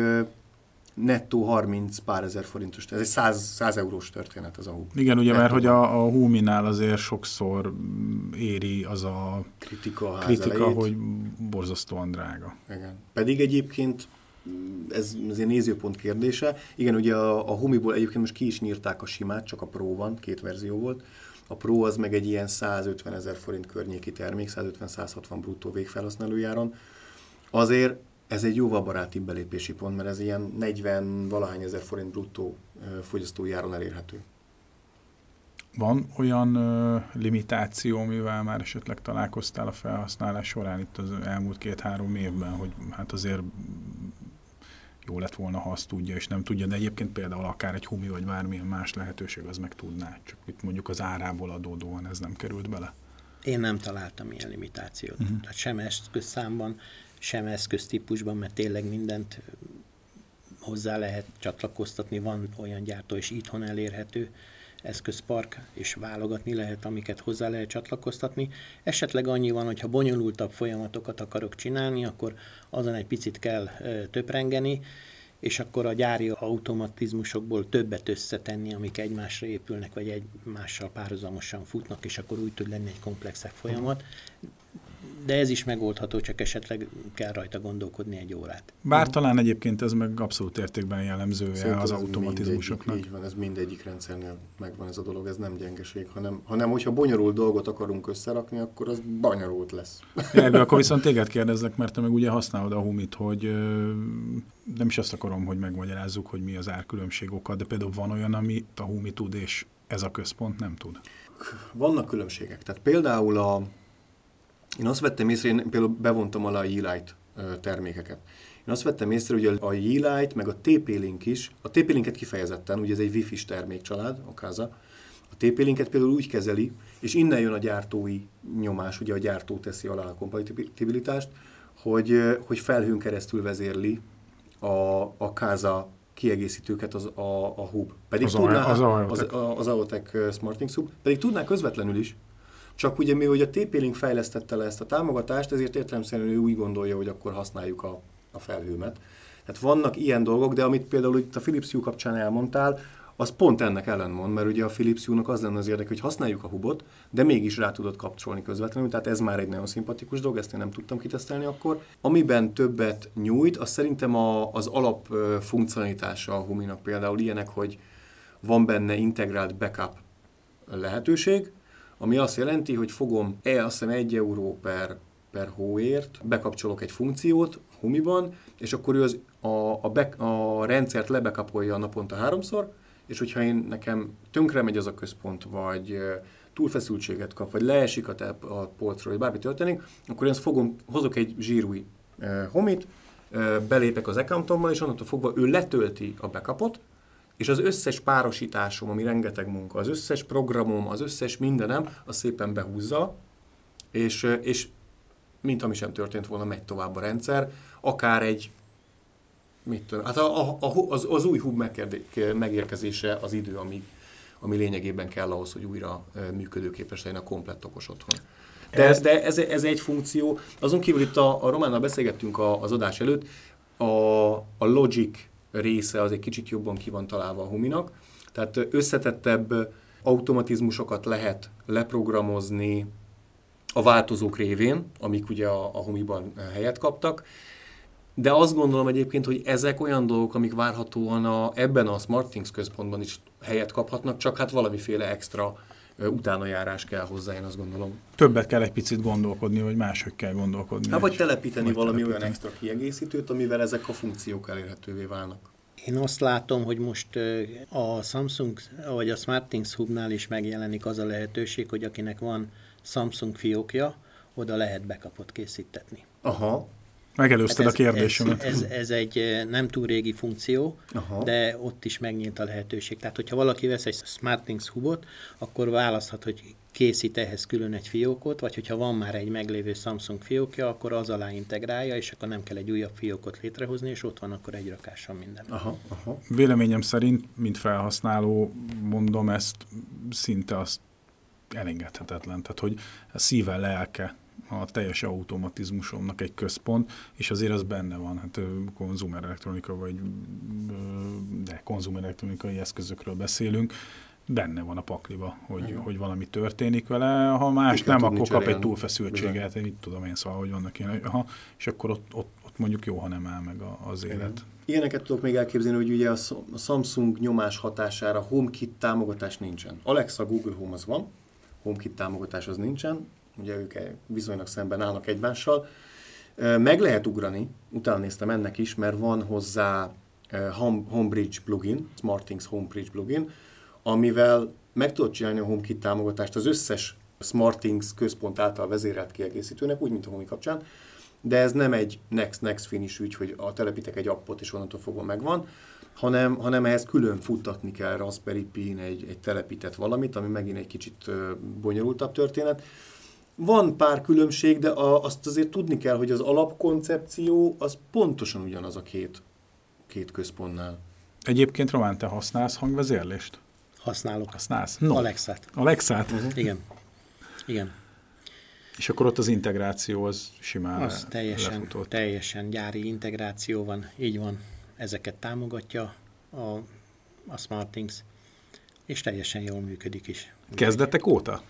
nettó 30 pár ezer forintos, ez egy 100 eurós történet ez a hub. Igen, ugye, mert hogy a Huminál azért sokszor éri az a kritika, hogy borzasztóan drága. Igen. Pedig egyébként ez azért nézőpont kérdése. Igen, ugye a Humiból egyébként most ki is nyírták a simát, csak a Pro van, 2 verzió volt. A Pro az meg egy ilyen 150 000 forint környéki termék, 150-160 bruttó végfelhasználójáron. Azért ez egy jóval barátibb belépési pont, mert ez ilyen 40-valahány ezer forint bruttó fogyasztói áron elérhető. Van olyan limitáció, mivel már esetleg találkoztál a felhasználás során itt az elmúlt 2-3 évben, hogy hát azért jó lett volna, ha azt tudja, és nem tudja, de egyébként például akár egy Humi vagy bármilyen más lehetőség az meg tudná, csak itt mondjuk az árából adódóan ez nem került bele. Én nem találtam ilyen limitációt. Tehát sem eszközszámban, sem eszköztípusban, mert tényleg mindent hozzá lehet csatlakoztatni, van olyan gyártó, és itthon elérhető eszközpark, és válogatni lehet, amiket hozzá lehet csatlakoztatni. Esetleg annyi van, hogyha bonyolultabb folyamatokat akarok csinálni, akkor azon egy picit kell töprengeni, és akkor a gyári automatizmusokból többet összetenni, amik egymásra épülnek, vagy egymással párhuzamosan futnak, és akkor úgy tud lenni egy komplexebb folyamat. de ez is megoldható, csak esetleg kell rajta gondolkodni egy órát. Bár talán egyébként ez meg abszolút értékben jellemzője Szerintem az ez automatizmusoknak. Így van, ez mindegyik rendszernél megvan ez a dolog, ez nem gyengeség, hanem hogyha bonyolult dolgot akarunk összerakni, akkor az bonyolult lesz. Erről akkor viszont téged kérdezlek, mert te meg ugye használod a Humit, hogy nem is azt akarom, hogy megmagyarázzuk, hogy mi az árkülönbség oka, de például van olyan, amit a Humi tud, és ez a központ nem tud. Vannak különbségek. Tehát például én azt vettem észre, én például bevontam alá a Yeelight termékeket. Én azt vettem észre, hogy a Yeelight meg a TP-Link is, a TP-Linket kifejezetten, ugye ez egy Wi-Fi-s termékcsalád, a Casa, a TP-Linket például úgy kezeli, és innen jön a gyártói nyomás, ugye a gyártó teszi alá a kompatibilitást, hogy felhőn keresztül vezérli a Casa kiegészítőket a hub. Pedig az AOTech SmartThings hub, pedig tudná közvetlenül is, csak ugye mivel a TP-Link fejlesztette le ezt a támogatást, ezért értelemszerűen ő úgy gondolja, hogy akkor használjuk a felhőmet. Tehát vannak ilyen dolgok, de amit például itt a Philips Hue kapcsán elmondtál, az pont ennek ellenmond, mert ugye a Philips Hue-nak az lenne az érdeke, hogy használjuk a hubot, de mégis rá tudod kapcsolni közvetlenül, tehát ez már egy nagyon szimpatikus dolog, ezt én nem tudtam kitesztelni akkor. Amiben többet nyújt, az szerintem az alap funkcionalitása a Huminak például ilyenek, hogy van benne integrált backup lehetőség, ami azt jelenti, hogy fogom azt hiszem 1 euró per hóért, bekapcsolok egy funkciót Humiban, és akkor ő a rendszert lebekapolja naponta 3-szor, és hogyha nekem tönkre megy az a központ, vagy túlfeszültséget kap, vagy leesik a polcról, vagy bármi történik, akkor én hozok egy zsírúj Humit, belépek az accountommal, és onnantól fogva ő letölti a backupot, és az összes párosításom, ami rengeteg munka, az összes programom, az összes mindenem, az szépen behúzza, és mint ami sem történt volna, megy tovább a rendszer, akár egy, mit tudom, hát az új hub megérkezése az idő, ami lényegében kell ahhoz, hogy újra működőképes legyen a komplett okos otthon. De ez egy funkció. Azon kívül itt a Románnal beszélgettünk az adás előtt, a Logic része az egy kicsit jobban ki van találva a Huminak, tehát összetettebb automatizmusokat lehet leprogramozni a változók révén, amik ugye a Humiban helyet kaptak, de azt gondolom egyébként, hogy ezek olyan dolgok, amik várhatóan ebben a SmartThings központban is helyet kaphatnak, csak hát valamiféle extra utánajárás kell hozzá, én azt gondolom. Többet kell egy picit gondolkodni, vagy máshogy kell gondolkodni. Hát vagy telepíteni olyan extra kiegészítőt, amivel ezek a funkciók elérhetővé válnak. Én azt látom, hogy most a Samsung vagy a SmartThings Hubnál is megjelenik az a lehetőség, hogy akinek van Samsung fiókja, oda lehet backupot készítetni. Aha. Megelőzted a kérdésemet. Ez egy nem túl régi funkció, de ott is megnyílt a lehetőség. Tehát, hogyha valaki vesz egy SmartThings Hubot, akkor választhat, hogy készít ehhez külön egy fiókot, vagy hogyha van már egy meglévő Samsung fiókja, akkor az alá integrálja, és akkor nem kell egy újabb fiókot létrehozni, és ott van akkor egy rakással minden. Aha. Véleményem szerint, mint felhasználó, mondom ezt, szinte azt elengedhetetlen. Tehát, hogy a szíve, lelke a teljes automatizmusomnak egy központ, és azért az benne van, hát konzumerelektronika, de konzumerelektronikai eszközökről beszélünk, benne van a pakliba, hogy valami történik vele, ha más nem, akkor kap egy túlfeszültséget, én így tudom én, szóval, hogy vannak ilyen, és akkor ott mondjuk jó, ha nem áll meg az élet. Ilyeneket tudok még elképzelni, hogy ugye a Samsung nyomás hatására HomeKit támogatás nincsen. Alexa, Google Home az van, HomeKit támogatás az nincsen, ugye ők viszonylag szemben állnak egymással. Meg lehet ugrani, utána néztem ennek is, mert van hozzá Homebridge plugin, SmartThings Homebridge plugin, amivel meg tudod csinálni a HomeKit támogatást az összes SmartThings központ által vezérelt kiegészítőnek, úgy, mint a Home kapcsán, de ez nem egy next finish ügy, hogy telepítek egy appot, és onnantól fogva megvan, hanem ehhez külön futtatni kell Raspberry Pi-n egy telepített valamit, ami megint egy kicsit bonyolultabb történet. Van pár különbség, de azt azért tudni kell, hogy az alapkoncepció az pontosan ugyanaz a két központnál. Egyébként, Román, te használsz hangvezérlést? Használok. Használsz? No. Alexát. Alexát? Igen. És akkor ott az integráció az simán az teljesen gyári integráció van, így van. Ezeket támogatja a SmartThings, és teljesen jól működik is. Kezdetek óta?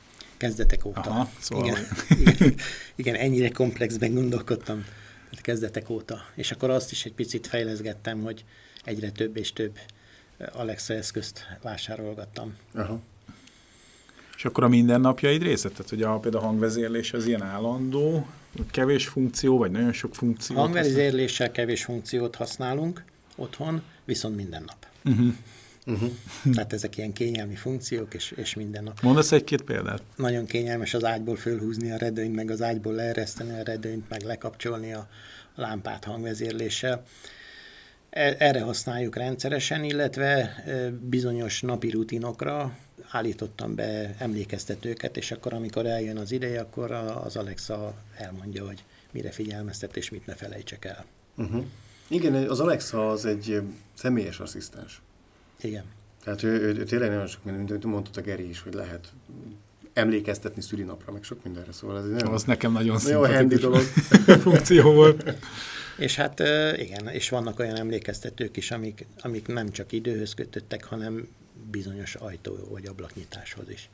kezdetek óta. Aha, szóval igen, ennyire komplexben gondolkodtam kezdetek óta. És akkor azt is egy picit fejleszgettem, hogy egyre több és több Alexa eszközt vásárolgattam. Aha. És akkor a mindennapjaid része? Tehát, hogy például a hangvezérlés az ilyen állandó, kevés funkció, vagy nagyon sok funkció? Hangvezérléssel kevés funkciót használunk otthon, viszont minden nap. Tehát ezek ilyen kényelmi funkciók, és minden nap. Mondasz egy-két példát? Nagyon kényelmes az ágyból fölhúzni a redőnyt, meg az ágyból leereszteni a redőnyt, meg lekapcsolni a lámpát hangvezérléssel. Erre használjuk rendszeresen, illetve bizonyos napi rutinokra állítottam be emlékeztetőket, és akkor, amikor eljön az ideje, akkor az Alexa elmondja, hogy mire figyelmeztet, és mit ne felejtsek el. Igen, az Alexa az egy személyes asszisztens. Igen. Tehát ő tényleg nagyon sok mindent, mondtad a Geri is, hogy lehet emlékeztetni szülinapra, meg sok mindenre, szóval ez nagyon, az nekem nagyon handy dolog funkció volt. És hát igen, és vannak olyan emlékeztetők is, amik nem csak időhöz kötöttek, hanem bizonyos ajtó vagy ablaknyitáshoz is.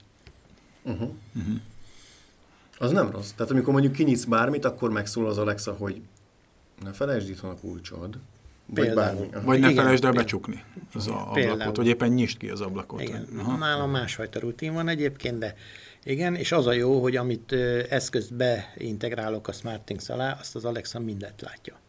Az nem rossz. Tehát amikor mondjuk kinyitsz bármit, akkor megszól az Alexa, hogy ne felejtsd itthon a kulcsod. Vagy bármi. Vagy ne felejtsd el becsukni az ablakot, vagy éppen nyisd ki az ablakot. Igen. Nálam másfajta rutin van egyébként, de igen, és az a jó, hogy amit eszközt beintegrálok a SmartThings alá, azt az Alexa mindent látja.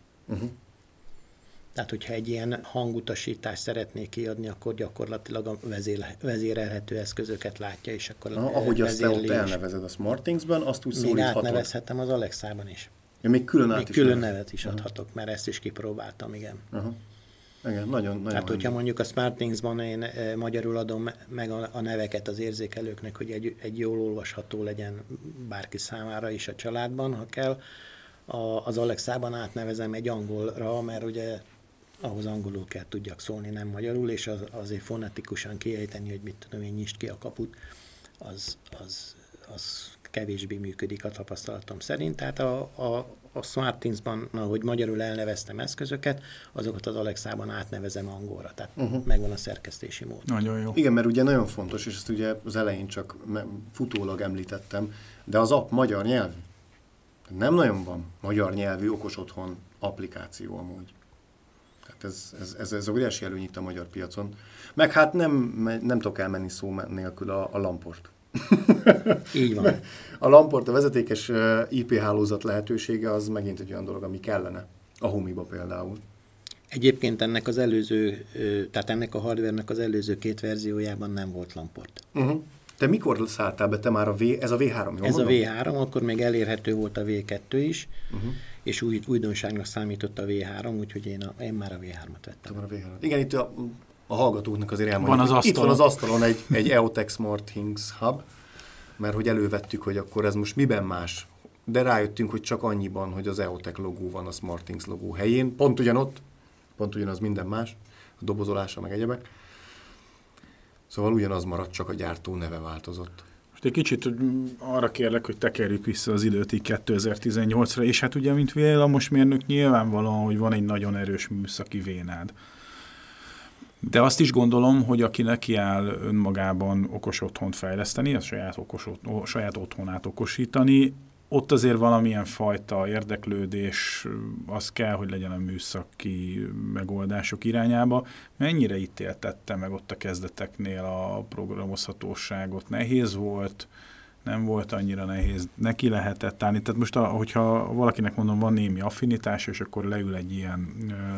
Tehát, hogyha egy ilyen hangutasítást szeretnék kiadni, akkor gyakorlatilag a vezérelhető eszközöket látja, és akkor ahogy azt te ott elnevezed a SmartThings-ben, azt úgy szólíthatod. Még átnevezhetem az Alexában is. Ja, még külön nevet is adhatok, mert ezt is kipróbáltam, igen. Igen, nagyon. Tehát, hogyha mondjuk a SmartThings-ban én magyarul adom meg a neveket az érzékelőknek, hogy egy jól olvasható legyen bárki számára is a családban, ha kell, az Alexában átnevezem egy angolra, mert ugye ahhoz angolul kell tudjak szólni, nem magyarul, és azért fonetikusan kiejteni, hogy mit tudom én, nyisd ki a kaput, az kevésbé működik a tapasztalatom szerint. Tehát a SmartThings-ban, ahogy magyarul elneveztem eszközöket, azokat az Alexában átnevezem angolra. Tehát megvan a szerkesztési mód. Nagyon jó. Igen, mert ugye nagyon fontos, és ezt ugye az elején csak futólag említettem, de az app magyar nyelvű. Nem nagyon van magyar nyelvű okos otthon applikáció amúgy. Tehát ez óriási előny itt a magyar piacon. Meg hát nem tudok elmenni szó nélkül a Lamport. Így van. A Lamport, a vezetékes IP hálózat lehetősége az megint egy olyan dolog, ami kellene. A Humiba például. Egyébként ennek ennek a hardware-nek az előző 2 verziójában nem volt Lamport. Te mikor szálltál be? Te már ez a V3, jól Ez mondom? a V3, akkor még elérhető volt a V2 is, és újdonságnak számított a V3, úgyhogy én már a V3-at vettem. A V3. Igen, itt a hallgatóknak azért elmondjuk. Van az asztalon. Itt van az asztalon egy EOTech SmartThings Hub, mert hogy elővettük, hogy akkor ez most miben más. De rájöttünk, hogy csak annyiban, hogy az EOTech logó van a SmartThings logó helyén. Pont ugyanaz minden más, a dobozolása meg egyebek. Szóval ugyanaz maradt, csak a gyártó neve változott. Most egy kicsit arra kérlek, hogy tekerjük vissza az időt így 2018-ra, és hát ugye, mint villamosmérnök, nyilvánvalóan, hogy van egy nagyon erős műszaki vénád. De azt is gondolom, hogy aki nekiáll önmagában okos otthont fejleszteni, a saját otthonát okosítani, ott azért valamilyen fajta érdeklődés, az kell, hogy legyen a műszaki megoldások irányába. Mennyire ítéltette meg ott a kezdeteknél a programozhatóságot? Nehéz volt? Nem volt annyira nehéz? Neki lehetett állni? Tehát most, hogyha valakinek mondom, van némi affinitás, és akkor leül egy ilyen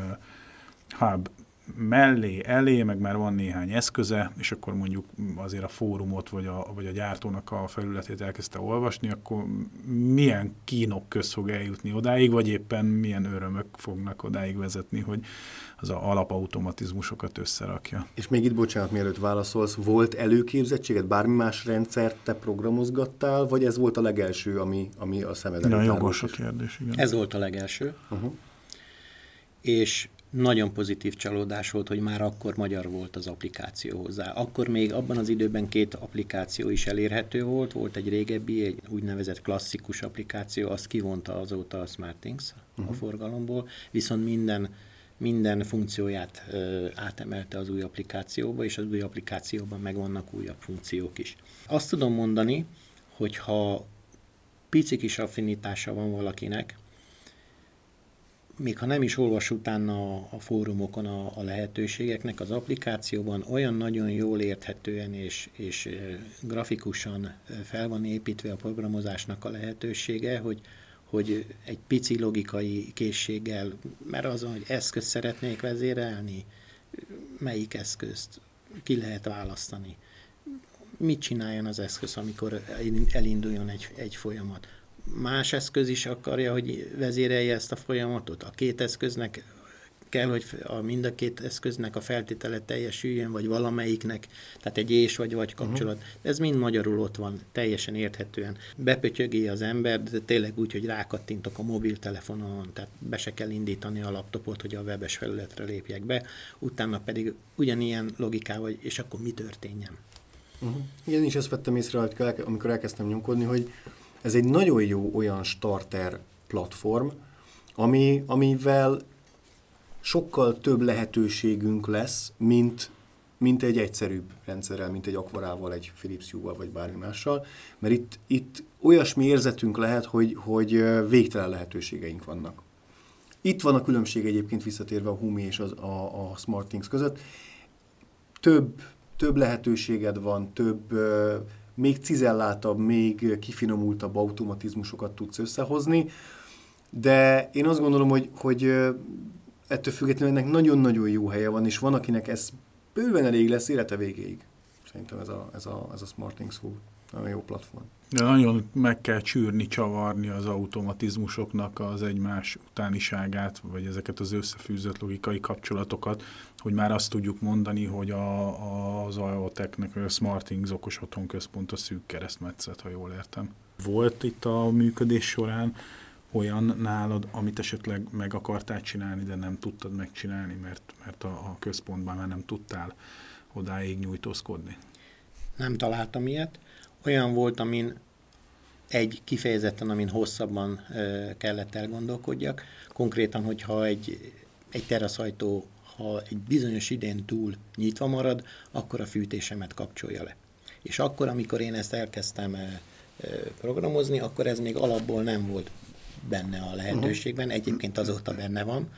hub elé, meg már van néhány eszköze, és akkor mondjuk azért a fórumot, vagy a gyártónak a felületét elkezdte olvasni, akkor milyen kínok közt fog eljutni odáig, vagy éppen milyen örömök fognak odáig vezetni, hogy az alapautomatizmusokat összerakja. És még itt, bocsánat, mielőtt válaszolsz, volt előképzettséged, bármi más rendszert te programozgattál, vagy ez volt a legelső, ami a szemed előtt állott? Jogos a kérdés, igen. Ez volt a legelső, és nagyon pozitív csalódás volt, hogy már akkor magyar volt az applikáció hozzá. Akkor még abban az időben 2 applikáció is elérhető volt. Volt egy régebbi, egy úgynevezett klasszikus applikáció, azt kivonta azóta a SmartThings a forgalomból, viszont minden funkcióját átemelte az új applikációba, és az új applikációban megvannak újabb funkciók is. Azt tudom mondani, hogyha pici kis affinitása van valakinek, még ha nem is olvas utána a fórumokon a lehetőségeknek, az applikációban olyan nagyon jól érthetően és grafikusan fel van építve a programozásnak a lehetősége, hogy egy pici logikai készséggel, mert azon, hogy eszközt szeretnék vezérelni, melyik eszközt ki lehet választani. Mit csináljon az eszköz, amikor elinduljon egy folyamat. Más eszköz is akarja, hogy vezérelje ezt a folyamatot. A két eszköznek kell, hogy mind a két eszköznek a feltétele teljesüljön, vagy valamelyiknek, tehát egy és vagy kapcsolat. Ez mind magyarul ott van, teljesen érthetően. Bepötyögi az ember, de tényleg úgy, hogy rákattintok a mobiltelefonon, tehát be se kell indítani a laptopot, hogy a webes felületre lépjek be, utána pedig ugyanilyen logikával, és akkor mi történjen. Igen, is ezt vettem észre, amikor elkezdtem nyomkodni, hogy ez egy nagyon jó olyan starter platform, amivel sokkal több lehetőségünk lesz, mint egy egyszerűbb rendszerrel, mint egy Aquarával, egy Philips Hue-val, vagy bármi mással, mert itt olyasmi érzetünk lehet, hogy végtelen lehetőségeink vannak. Itt van a különbség egyébként visszatérve a Humi és a SmartThings között. Több lehetőséged van, még cizelláltabb, még kifinomultabb automatizmusokat tudsz összehozni, de én azt gondolom, hogy ettől függetlenül ennek nagyon-nagyon jó helye van, és van, akinek ez bőven elég lesz élete végéig. Szerintem ez a SmartThings nagyon jó platform. De nagyon meg kell csűrni, csavarni az automatizmusoknak az egymás utániságát, vagy ezeket az összefűzött logikai kapcsolatokat, hogy már azt tudjuk mondani, hogy az IoT-nek, a SmartThings okos otthonközpont a szűk keresztmetszet, ha jól értem. Volt itt a működés során olyan nálad, amit esetleg meg akartál csinálni, de nem tudtad megcsinálni, mert a központban már nem tudtál odáig nyújtózkodni? Nem találtam ilyet. Olyan volt, amin amin hosszabban kellett elgondolkodjak. Konkrétan, hogyha egy teraszajtó, ha egy bizonyos idén túl nyitva marad, akkor a fűtésemet kapcsolja le. És akkor, amikor én ezt elkezdtem programozni, akkor ez még alapból nem volt benne a lehetőségben, egyébként azóta benne van.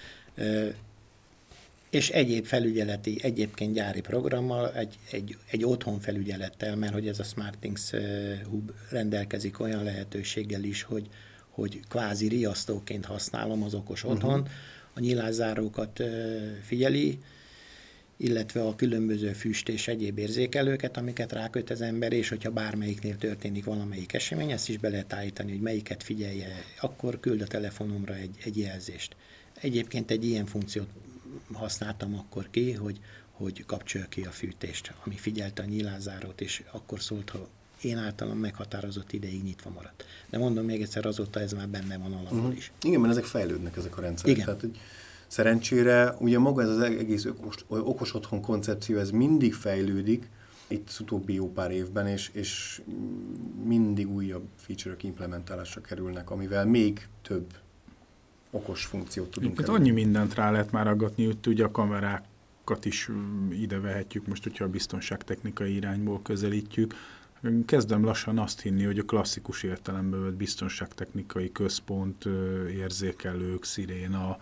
És egyéb felügyeleti, egyébként gyári programmal, egy otthon felügyelettel, mert hogy ez a SmartThings Hub rendelkezik olyan lehetőséggel is, hogy kvázi riasztóként használom az okos otthon, a nyilászárókat figyeli, illetve a különböző füst és egyéb érzékelőket, amiket ráköt az ember, és hogyha bármelyiknél történik valamelyik esemény, ezt is be lehet állítani, hogy melyiket figyelje, akkor küld a telefonomra egy jelzést. Egyébként egy ilyen funkciót használtam akkor ki, hogy kapcsolja ki a fűtést, ami figyelte a nyilászárót, és akkor szólt, ha én általam meghatározott ideig nyitva maradt. De mondom még egyszer, azóta ez már benne van alapból is. Igen, mert ezek fejlődnek, ezek a rendszerek. Igen. Tehát, hogy szerencsére ugye maga ez az egész okos otthon koncepció, ez mindig fejlődik, itt az utóbbi jó pár évben, és mindig újabb feature-ök implementálásra kerülnek, amivel még több okos funkciót tudunk elérni. Annyi mindent rá lehet már aggatni, hogy ugye a kamerákat is ide vehetjük, most, hogyha a biztonságtechnikai irányból közelítjük. Kezdem lassan azt hinni, hogy a klasszikus értelemben vett biztonságtechnikai központ, érzékelők, sziréna,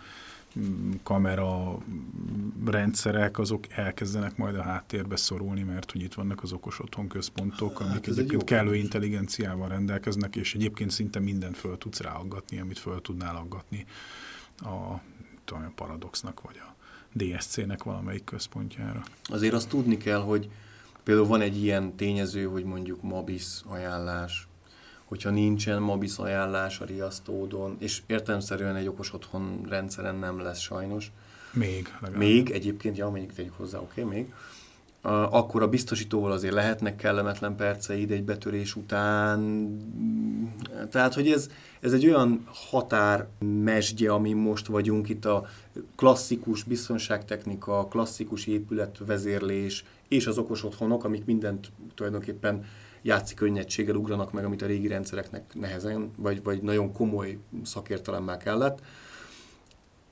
kamera rendszerek, azok elkezdenek majd a háttérbe szorulni, mert hogy itt vannak az okos otthon központok, amik egyébként kellő intelligenciával rendelkeznek, és egyébként szinte mindent föl tudsz ráaggatni, amit föl tudnál aggatni a Paradoxnak, vagy a DSC-nek valamelyik központjára. Azért azt tudni kell, hogy például van egy ilyen tényező, hogy mondjuk Mabis ajánlás, hogyha nincsen Mabis ajánlás a riasztódon, és értelemszerűen egy okos otthon rendszeren nem lesz sajnos. Még egyébként, mondjuk tegyük hozzá, még. Akkor a biztosítóval azért lehetnek kellemetlen perceid egy betörés után. Tehát, hogy ez egy olyan határmesdje, amin most vagyunk, itt a klasszikus biztonságtechnika, klasszikus épületvezérlés és az okos otthonok, amik mindent tulajdonképpen játszik könnyedséggel ugranak meg, amit a régi rendszereknek nehezen, vagy nagyon komoly szakértelemmel kellett.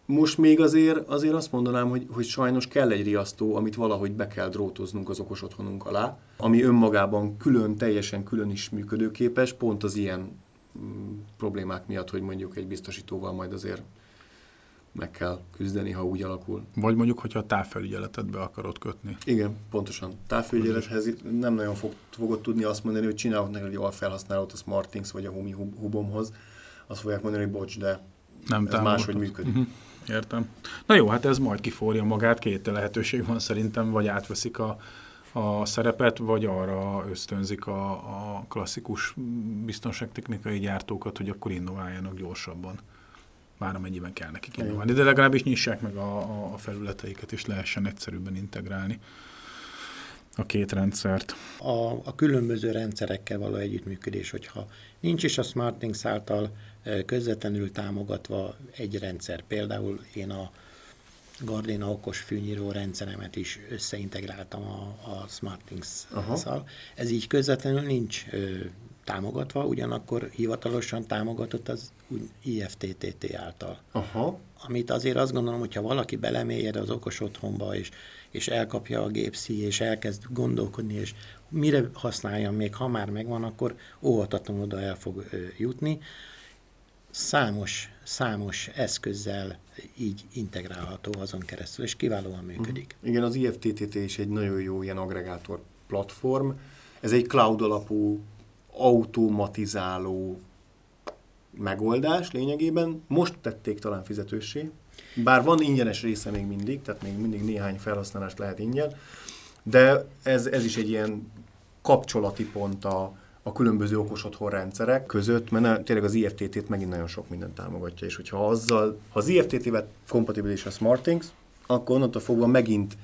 Most még azért azt mondanám, hogy sajnos kell egy riasztó, amit valahogy be kell drótoznunk az okos otthonunk alá, ami önmagában teljesen külön is működőképes, pont az ilyen problémák miatt, hogy mondjuk egy biztosítóval majd azért meg kell küzdeni, ha úgy alakul. Vagy mondjuk, hogyha a távfelügyeletet be akarod kötni. Igen, pontosan. Távfelügyelethez nem nagyon fogod tudni azt mondani, hogy csinálok neked egy alfelhasználót a SmartThings vagy a Humi Hubomhoz. Azt fogják mondani, hogy bocs, de nem ez máshogy működik. Értem. Na jó, hát ez majd kiforja magát, két lehetőség van szerintem, vagy átveszik a szerepet, vagy arra ösztönzik a klasszikus biztonságtechnikai gyártókat, hogy akkor innováljanak gyorsabban. Bár amennyiben kell nekik innoválni, de legalábbis nyissák meg a felületeiket, és lehessen egyszerűbben integrálni a két rendszert. A különböző rendszerekkel való együttműködés, hogyha nincs is a SmartThings által közvetlenül támogatva egy rendszer, például én a Gardena okos fűnyíró rendszeremet is összeintegráltam a SmartThings-szal. Ez így közvetlenül nincs támogatva, ugyanakkor hivatalosan támogatott az IFTTT által. Aha. Amit azért azt gondolom, hogyha valaki belemélyed az okos otthonba, és elkapja a gépszíj, és elkezd gondolkodni, és mire használjam még, ha már megvan, akkor óvatatlanul oda el fog jutni. Számos eszközzel így integrálható azon keresztül, és kiválóan működik. Igen, az IFTTT is egy nagyon jó ilyen agregátor platform. Ez egy cloud alapú, automatizáló megoldás lényegében. Most tették talán fizetőssé, bár van ingyenes része még mindig, tehát még mindig néhány felhasználást lehet ingyen, de ez is egy ilyen kapcsolati pont a különböző okos otthon rendszerek között, mert tényleg az IFTT-t megint nagyon sok mindent támogatja, és hogyha ha az IFTT-vel kompatibilis a SmartThings, akkor onnantól fogva megint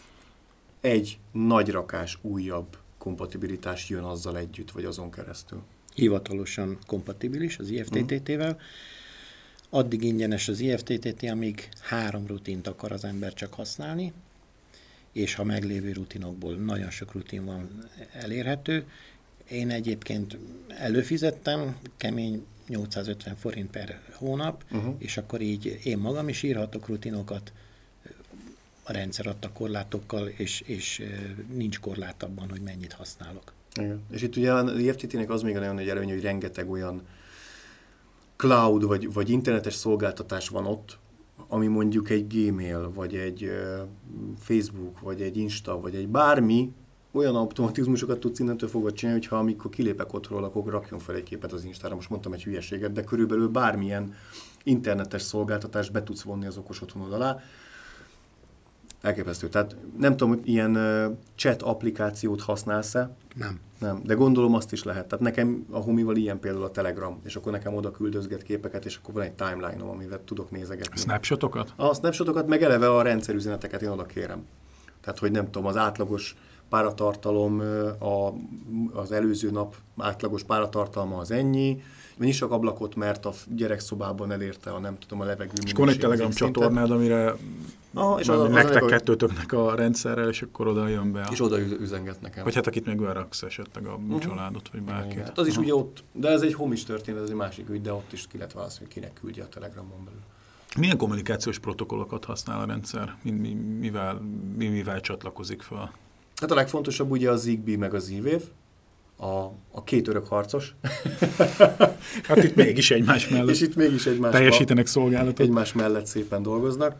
egy nagy rakás újabb kompatibilitás jön azzal együtt, vagy azon keresztül. Hivatalosan kompatibilis az IFTTT-vel. Addig ingyenes az IFTTT, amíg 3 rutint akar az ember csak használni, és ha meglévő rutinokból nagyon sok rutin van elérhető. Én egyébként előfizettem, kemény 850 forint per hónap, és akkor így én magam is írhatok rutinokat, a rendszer adta korlátokkal, és nincs korlát abban, hogy mennyit használok. Igen. És itt ugye az IFTT-nek az még a nagyon nagy előny, hogy rengeteg olyan cloud vagy internetes szolgáltatás van ott, ami mondjuk egy Gmail, vagy egy Facebook, vagy egy Insta, vagy egy bármi, olyan automatizmusokat tudsz innentől fogva csinálni, hogyha amikor kilépek otthonról, akkor rakjon fel egy képet az Instára. Most mondtam egy hülyeséget, de körülbelül bármilyen internetes szolgáltatást be tudsz vonni az okos otthonod alá. Elképesztő. Tehát nem tudom, hogy ilyen chat applikációt használsz-e? Nem, de gondolom azt is lehet. Tehát nekem a Humival ilyen például a Telegram, és akkor nekem oda küldözget képeket, és akkor van egy timeline-om, amivel tudok nézegetni. Snapshotokat? A snapshotokat, meg eleve a rendszerüzeneteket én oda kérem. Tehát, hogy nem tudom, az átlagos páratartalom, az előző nap átlagos páratartalma az ennyi, nyissak ablakot, mert a gyerekszobában elérte a nem tudom, a levegő minőség. És akkor egy Telegram csatornád, amire és nektek kettőtöknek a rendszerrel, és akkor oda jön be. És oda üzenget nekem. Vagy hát akit még beraksz esetleg a családot, vagy bárkit. Hát az is ugye ott, de ez egy homis történet, ez egy másik ügy, de ott is ki lehet válaszolni, hogy kinek küldje a Telegramon belül. Milyen kommunikációs protokollokat használ a rendszer? Mivel csatlakozik fel? Hát a legfontosabb ugye a Zigbee meg a Z-Wave, a két örök harcos. Hát itt mégis egymás mellett. És itt mégis teljesítenek szolgálatot. Egymás mellett szépen dolgoznak.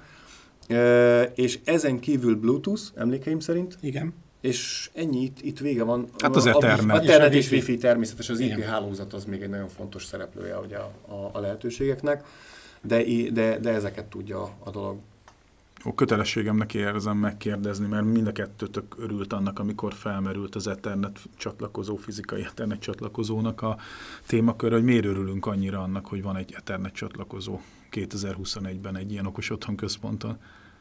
És ezen kívül Bluetooth, emlékeim szerint. Igen. És ennyi, itt vége van. Hát az Ethernet. A Ethernet és Wi-Fi természetes, az IP hálózat az még egy nagyon fontos szereplője ugye a lehetőségeknek, de ezeket tudja a dolog. Kötelességemnek érzem megkérdezni, mert mind a kettőtök örült annak, amikor felmerült az Ethernet csatlakozó, fizikai Ethernet csatlakozónak a témakör, hogy miért örülünk annyira annak, hogy van egy Ethernet csatlakozó 2021-ben egy ilyen okos otthon központon.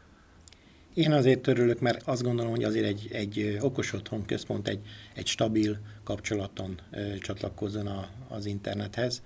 Én azért örülök, mert azt gondolom, hogy azért egy okos otthon központ egy stabil kapcsolaton csatlakozzon az internethez.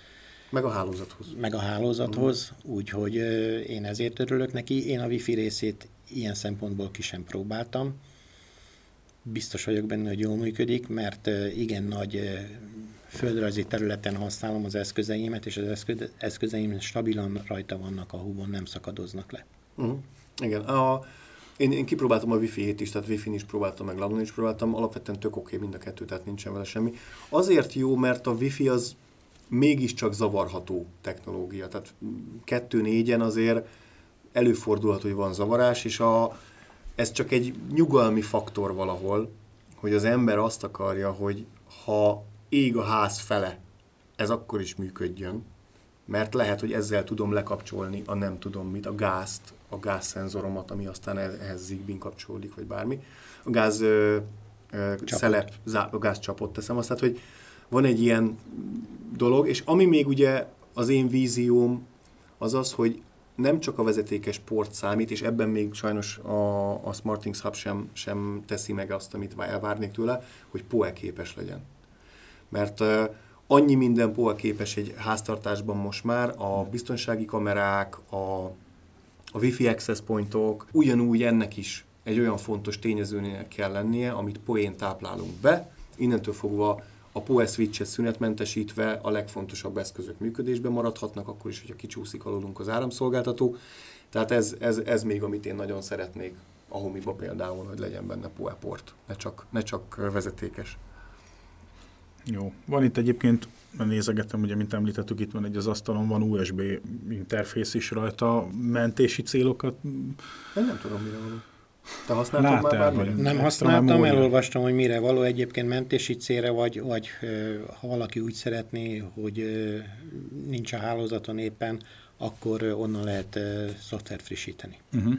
Meg a hálózathoz. Úgyhogy én ezért örülök neki. Én a Wi-Fi részét ilyen szempontból ki sem próbáltam. Biztos vagyok benne, hogy jól működik, mert igen nagy földrajzi területen használom az eszközeimet, és az eszközeim stabilan rajta vannak a húbon, nem szakadoznak le. Igen. Én kipróbáltam a Wi-Fi-t is, tehát Wi-Fi-n is próbáltam, meg LAN-on is próbáltam, alapvetően tök oké mind a kettő, tehát nincsen vele semmi. Azért jó, mert a Wi-Fi az mégiscsak zavarható technológia, tehát 2.4-en azért előfordulhat, hogy van zavarás, és ez csak egy nyugalmi faktor valahol, hogy az ember azt akarja, hogy ha ég a ház fele, ez akkor is működjön, mert lehet, hogy ezzel tudom lekapcsolni a nem tudom mit, a gázt, a gázszenzoromat, ami aztán ehhez Zigbee-n kapcsolódik, vagy bármi. A a gázcsapot teszem azt, tehát, hogy van egy ilyen dolog, és ami még ugye az én vízióm az az, hogy nem csak a vezetékes port számít, és ebben még sajnos a SmartThings Hub sem teszi meg azt, amit elvárnék tőle, hogy PoE képes legyen. Mert annyi minden PoE képes egy háztartásban most már, a biztonsági kamerák, a Wi-Fi access pointok, ugyanúgy ennek is egy olyan fontos tényezőnének kell lennie, amit PoE-n táplálunk be, innentől fogva a PoE switchet szünetmentesítve a legfontosabb eszközök működésben maradhatnak, akkor is, hogyha kicsúszik alulunk az áramszolgáltató. Tehát ez még, amit én nagyon szeretnék a Homiba például, hogy legyen benne PoE port, ne csak vezetékes. Jó. Van itt egyébként, nézegettem, ugye, mint említettük, itt van az asztalon, van USB interfész is rajta, mentési célokat. Én nem tudom, mire való. Te használtad már bármire? Nem használtam, elolvastam, hogy mire való, egyébként mentési célra, vagy ha valaki úgy szeretné, hogy nincs a hálózaton éppen, akkor onnan lehet szoftvert frissíteni.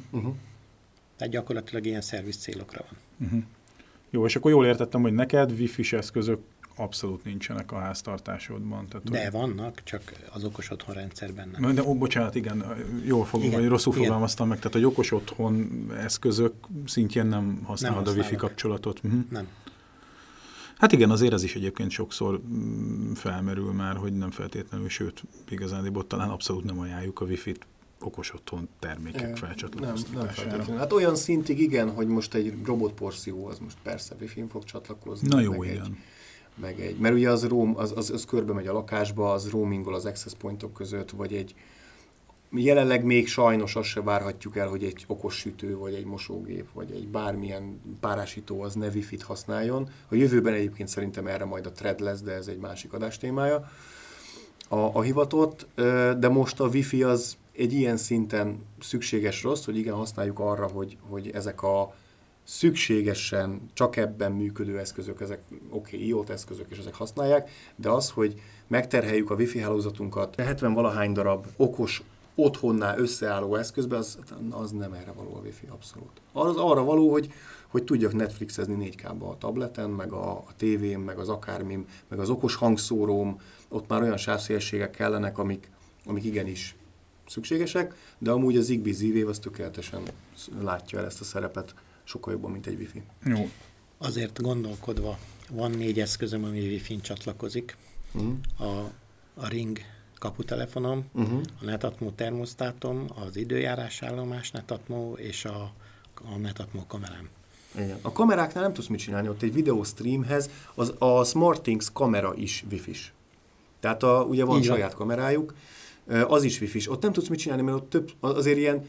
Tehát gyakorlatilag ilyen szerviz célokra van. Jó, és akkor jól értettem, hogy neked Wi-Fi-s eszközök abszolút nincsenek a háztartásodban. Tehát, de vannak, csak az okos otthon rendszerben nem. De bocsánat, igen, vagy rosszul fogalmaztam meg, tehát hogy okos otthon eszközök szintjén nem használod a Wi-Fi kapcsolatot. Nem. Hát igen, azért ez is egyébként sokszor felmerül már, hogy nem feltétlenül, sőt, igazán talán abszolút nem ajánljuk a Wi-Fi-t okos otthon termékek felcsatlakoztatására. Nem. Hát olyan szintig igen, hogy most egy robotporszívó, az most persze Wi-Fi-n fog csatlakozni. Na jó, igen. Mert ugye az körbe megy a lakásba, az roamingol az access pointok között, vagy jelenleg még sajnos azt se várhatjuk el, hogy egy okos sütő, vagy egy mosógép, vagy egy bármilyen párásító az ne Wi-Fi-t használjon. A jövőben egyébként szerintem erre majd a thread lesz, de ez egy másik adástémája a hivatott, de most a Wi-Fi az egy ilyen szinten szükséges rossz, hogy igen, használjuk arra, hogy ezek a szükségesen csak ebben működő eszközök, ezek IoT eszközök, és ezek használják, de az, hogy megterheljük a Wi-Fi hálózatunkat 70-valahány darab okos otthonnál összeálló eszközbe, az nem erre való a Wi-Fi, abszolút. Az arra való, hogy tudjak Netflixezni 4K-ba a tableten, meg a tévém, meg az akármim, meg az okos hangszóróm, ott már olyan sávszélességek kellenek, amik igenis szükségesek, de amúgy a Zigbee Z-Wave az tökéletesen látja el ezt a szerepet, sokkal jobban, mint egy Wi-Fi. Jó. Azért gondolkodva, van 4 eszközöm, ami Wi-Fi-n csatlakozik. A Ring kaputelefonom, a Netatmo termosztátom, az időjárásállomás Netatmo és a Netatmo kamerám. Igen. A kameráknál nem tudsz mit csinálni, ott egy videostreamhez a SmartThings kamera is Wi-Fi-s. Tehát ugye van saját kamerájuk, az is Wi-Fi-s. Ott nem tudsz mit csinálni, mert ott azért ilyen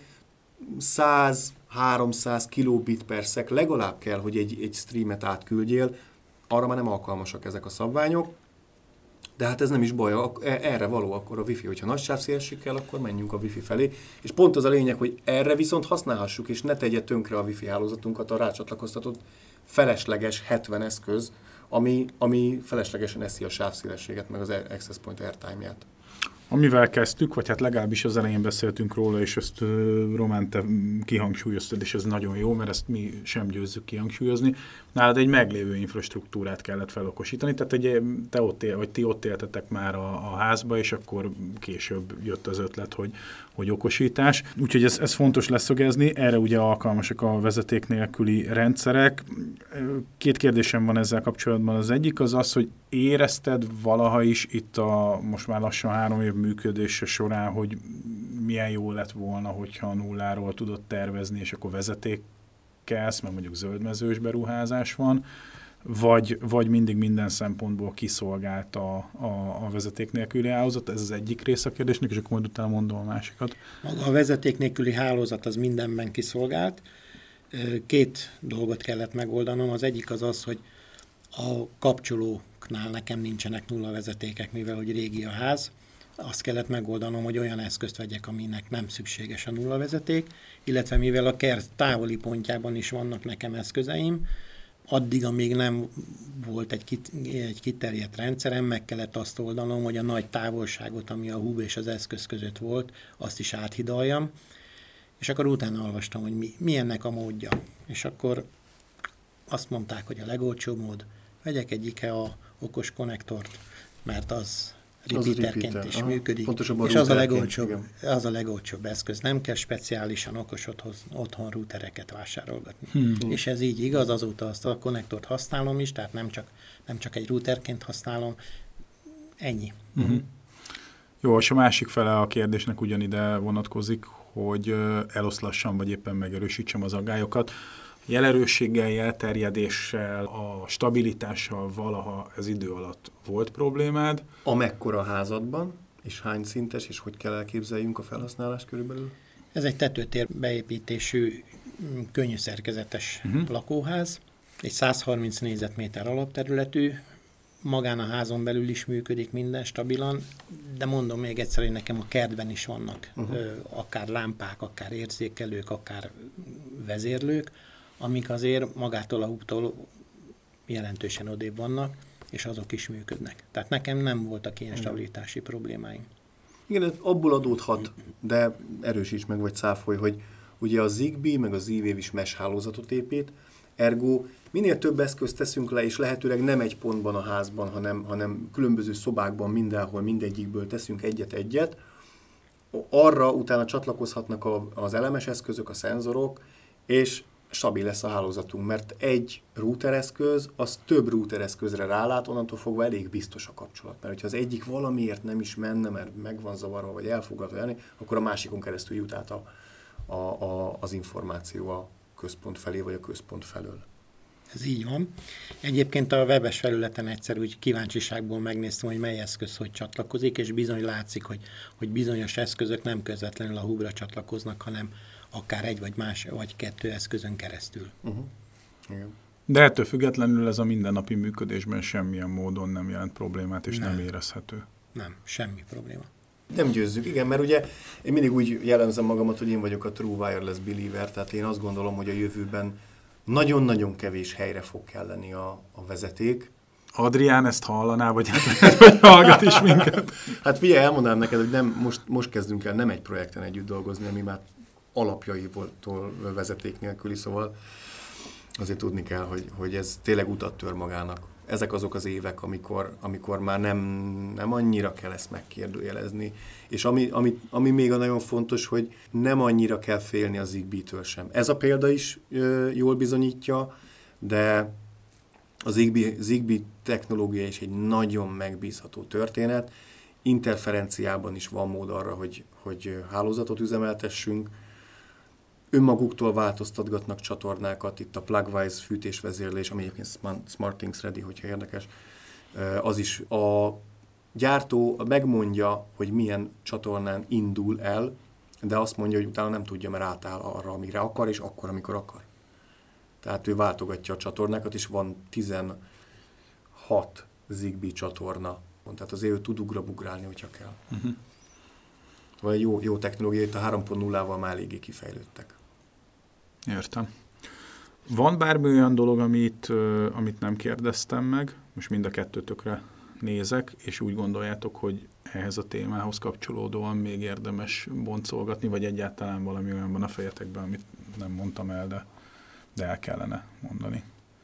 100-300 kilobit per szek legalább kell, hogy egy streamet átküldjél, arra már nem alkalmasak ezek a szabványok, de hát ez nem is baj, erre való akkor a Wi-Fi, hogyha nagy sávszélesség kell, akkor menjünk a Wi-Fi felé, és pont az a lényeg, hogy erre viszont használhassuk, és ne tegye tönkre a Wi-Fi hálózatunkat a rácsatlakoztatott felesleges 70 eszköz, ami feleslegesen eszi a sávszélességet, meg az access point airtime-ját. Amivel kezdtük, vagy hát legalábbis az elején beszéltünk róla, és ezt Román, te kihangsúlyoztad, és ez nagyon jó, mert ezt mi sem győzzük kihangsúlyozni. Nálad egy meglévő infrastruktúrát kellett felokosítani, tehát ti ott éltetek már a házba, és akkor később jött az ötlet, hogy okosítás. Úgyhogy ez fontos leszögezni, erre ugye alkalmasak a vezeték nélküli rendszerek. 2 kérdésem van ezzel kapcsolatban. Az egyik az, hogy érezted valaha is itt most már lassan 3 év működése során, hogy milyen jó lett volna, hogyha nulláról tudod tervezni, és akkor vezetékkelsz, meg mondjuk zöldmezős beruházás van, vagy mindig minden szempontból kiszolgált a vezeték nélküli hálózat? Ez az egyik része a kérdésnek, és akkor majd utána mondom a másikat. Maga a vezeték nélküli hálózat az mindenben kiszolgált. Két dolgot kellett megoldanom. Az egyik az, hogy a kapcsolóknál nekem nincsenek nulla vezetékek, mivel hogy régi a ház. Azt kellett megoldanom, hogy olyan eszközt vegyek, aminek nem szükséges a nulla vezeték, illetve mivel a kert távoli pontjában is vannak nekem eszközeim, addig, amíg nem volt egy kiterjedt rendszerem, meg kellett azt oldanom, hogy a nagy távolságot, ami a hub és az eszköz között volt, azt is áthidaljam, és akkor utána olvastam, hogy mi ennek a módja. És akkor azt mondták, hogy a legolcsóbb mód, vegyek egy IKEA okos konnektort, mert az repeaterként is működik, és az a legolcsóbb eszköz. Nem kell speciálisan okos otthon routereket vásárolgatni. És ez így igaz, azóta azt a konnektort használom is, tehát nem csak egy routerként használom. Ennyi. Jó, és a másik fele a kérdésnek ugyanide vonatkozik, hogy eloszlassam, vagy éppen megerősítsem az aggályokat. Jelerősséggel, jelterjedéssel, a stabilitással valaha ez idő alatt volt problémád? Amekkora házadban, és hány szintes, és hogy kell elképzeljünk a felhasználást körülbelül? Ez egy tetőtér beépítésű, könnyű szerkezetes lakóház, egy 130 négyzetméter alapterületű, magán a házon belül is működik minden stabilan, de mondom még egyszer, hogy nekem a kertben is vannak akár lámpák, akár érzékelők, akár vezérlők, amik azért magától a hubtól jelentősen odébb vannak, és azok is működnek. Tehát nekem nem voltak ilyen stabilitási problémáim. Igen, abból adódhat, de erősíts meg, vagy cáfolj, hogy ugye a Zigbee meg a Z-Wave is mesh hálózatot épít, ergo minél több eszközt teszünk le, és lehetőleg nem egy pontban a házban, hanem különböző szobákban, mindenhol, mindegyikből teszünk egyet-egyet, arra utána csatlakozhatnak az elemes eszközök, a szenzorok, és stabil lesz a hálózatunk, mert egy routereszköz, az több routereszközre rálát, onnantól fogva elég biztos a kapcsolat. Mert hogyha az egyik valamiért nem is menne, mert meg van zavarva, vagy elfogadva, akkor a másikon keresztül jut át az információ a központ felé, vagy a központ felől. Ez így van. Egyébként a webes felületen egyszer úgy kíváncsiságból megnéztem, hogy mely eszköz hogy csatlakozik, és bizony látszik, hogy bizonyos eszközök nem közvetlenül a hubra csatlakoznak, hanem akár egy vagy kettő eszközön keresztül. Igen. De ettől függetlenül ez a mindennapi működésben semmilyen módon nem jelent problémát, és nem érezhető. Nem, semmi probléma. Nem győzzük, igen, mert ugye én mindig úgy jellemzem magamat, hogy én vagyok a true wireless believer, tehát én azt gondolom, hogy a jövőben nagyon-nagyon kevés helyre fog kelleni a vezeték. Adrián ezt hallaná, vagy hallgat is minket? Hát figyelj, elmondanám neked, hogy nem, most kezdünk el nem egy projekten együtt dolgozni, ami már alapjaiból vezeték nélküli, szóval azért tudni kell, hogy ez tényleg utat tör magának. Ezek azok az évek, amikor már nem annyira kell ezt megkérdőjelezni. És ami még a nagyon fontos, hogy nem annyira kell félni a Zigbee-től sem. Ez a példa is jól bizonyítja, de a Zigbee technológia is egy nagyon megbízható történet. Interferenciában is van mód arra, hogy hálózatot üzemeltessünk. Önmaguktól változtatgatnak csatornákat, itt a Plugwise fűtésvezérlés, ami egyébként SmartThings Ready, hogyha érdekes, az is a gyártó megmondja, hogy milyen csatornán indul el, de azt mondja, hogy utána nem tudja, mert átáll arra, amire akar, és akkor, amikor akar. Tehát ő váltogatja a csatornákat, és van 16 Zigbee csatorna. Tehát azért ő tud ugrabugrálni, hogyha kell. Vagy jó technológia, itt a 3.0-val már eléggé kifejlődtek. Értem. Van bármi olyan dolog, amit nem kérdeztem meg, most mind a kettőtökre nézek, és úgy gondoljátok, hogy ehhez a témához kapcsolódóan még érdemes boncolgatni, vagy egyáltalán valami olyan van a fejetekben, amit nem mondtam el, de el kellene mondani.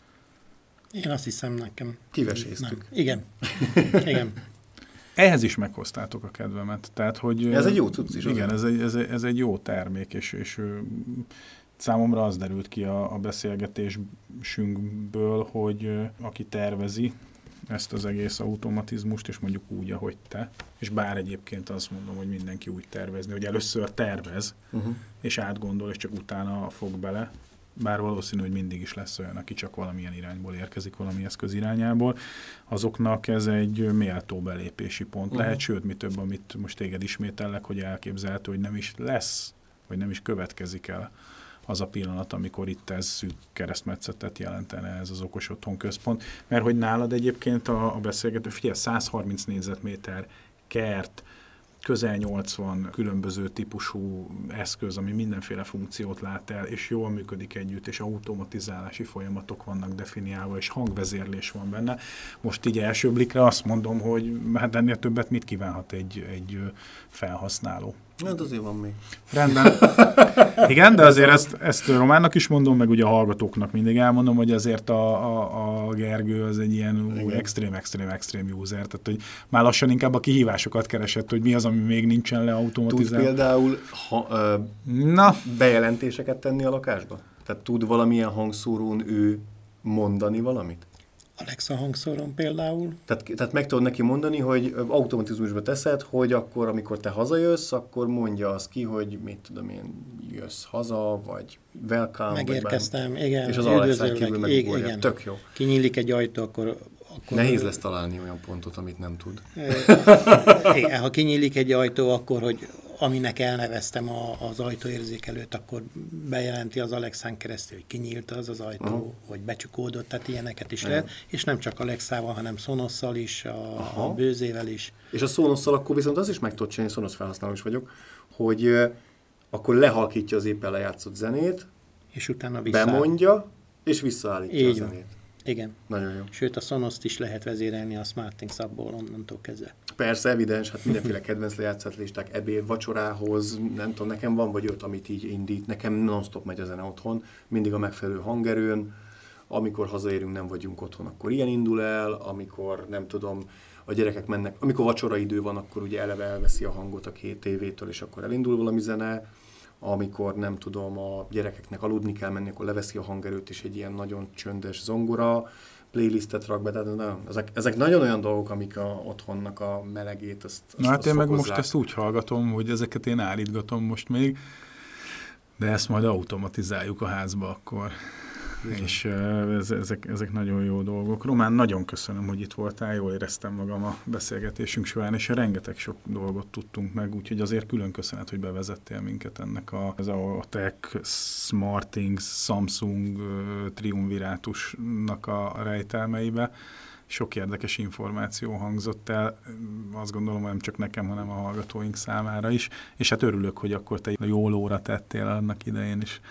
Én azt hiszem nekem. Kiveséztük. Igen. Igen. Ehhez is meghoztátok a kedvemet. Tehát, hogy, ez egy jó cucc is. Igen, ez egy jó termék, és számomra az derült ki a beszélgetésünkből, hogy aki tervezi ezt az egész automatizmust, és mondjuk úgy, ahogy te, és bár egyébként azt mondom, hogy mindenki úgy tervezni, hogy először tervez, és átgondol, és csak utána fog bele, bár valószínű, hogy mindig is lesz olyan, aki csak valamilyen irányból érkezik, valami eszköz irányából, azoknak ez egy méltó belépési pont lehet, sőt, mi több, amit most téged ismétellek, hogy elképzelhető, hogy nem is lesz, vagy nem is következik el az a pillanat, amikor itt ez szűk keresztmetszetet jelentene ez az okos otthon központ. Mert hogy nálad egyébként a beszélgető, figyelj, 130 négyzetméter kert, közel 80 különböző típusú eszköz, ami mindenféle funkciót lát el, és jól működik együtt, és automatizálási folyamatok vannak definiálva, és hangvezérlés van benne. Most így első blikre azt mondom, hogy hát ennél többet mit kívánhat egy felhasználó. Hát azért van még. Rendben. Igen, de azért ezt Románnak is mondom, meg ugye a hallgatóknak mindig elmondom, hogy azért a Gergő az egy ilyen extrém user, tehát hogy már lassan inkább a kihívásokat keresett, hogy mi az, ami még nincsen leautomatizálva. Tud például bejelentéseket tenni a lakásba? Tehát tud valamilyen hangszórón ő mondani valamit? Alexa hangszóron például. Tehát meg tudod neki mondani, hogy automatizmusba teszed, hogy akkor, amikor te hazajössz, akkor mondja azt ki, hogy mit tudom én, jössz haza, vagy welcome, megérkeztem, vagy igen. És az Alexa kívül megugorja. Tök jó. Kinyílik egy ajtó, akkor nehéz lesz találni olyan pontot, amit nem tud. Ha kinyílik egy ajtó, akkor, hogy aminek elneveztem az ajtóérzékelőt, akkor bejelenti az Alexán keresztül, hogy kinyílt az ajtó, hogy becsukódott, tehát ilyeneket is lehet, és nem csak Alexával, hanem Sonosszal is, a bőzével is. És a Sonosszal akkor viszont az is meg tudod csinálni, Sonos felhasználó is vagyok, hogy akkor lehalkítja az éppen lejátszott zenét, és utána bemondja, és visszaállítja a zenét. Igen. Nagyon jó. Sőt, a Sonost is lehet vezérelni a SmartThings appból onnantól kezdve. Persze, evidens, hát mindenféle kedvenc lejátszat listák, ebéd, vacsorához, nem tudom, nekem van vagy 5, amit így indít, nekem non-stop megy a zene otthon, mindig a megfelelő hangerőn, amikor hazaérünk, nem vagyunk otthon, akkor ilyen indul el, amikor nem tudom, a gyerekek mennek, amikor vacsoraidő van, akkor ugye eleve elveszi a hangot a két tévétől, és akkor elindul valami zene, amikor nem tudom, a gyerekeknek aludni kell menni, akkor leveszi a hangerőt, és egy ilyen nagyon csöndes zongora playlistet rak be, tehát ezek nagyon olyan dolgok, amik otthonnak a melegét azt na hát én fokozzák. meg most ezt úgy hallgatom, hogy ezeket én állítgatom most még, de ezt majd automatizáljuk a házba akkor. És ezek nagyon jó dolgok. Román, nagyon köszönöm, hogy itt voltál, jól éreztem magam a beszélgetésünk során, és rengeteg sok dolgot tudtunk meg, úgyhogy azért külön köszönet, hogy bevezettél minket ennek a Tech, SmartThings, Samsung triumvirátusnak a rejtelmeibe. Sok érdekes információ hangzott el, azt gondolom, nem csak nekem, hanem a hallgatóink számára is, és hát örülök, hogy akkor te jól óra tettél annak idején is.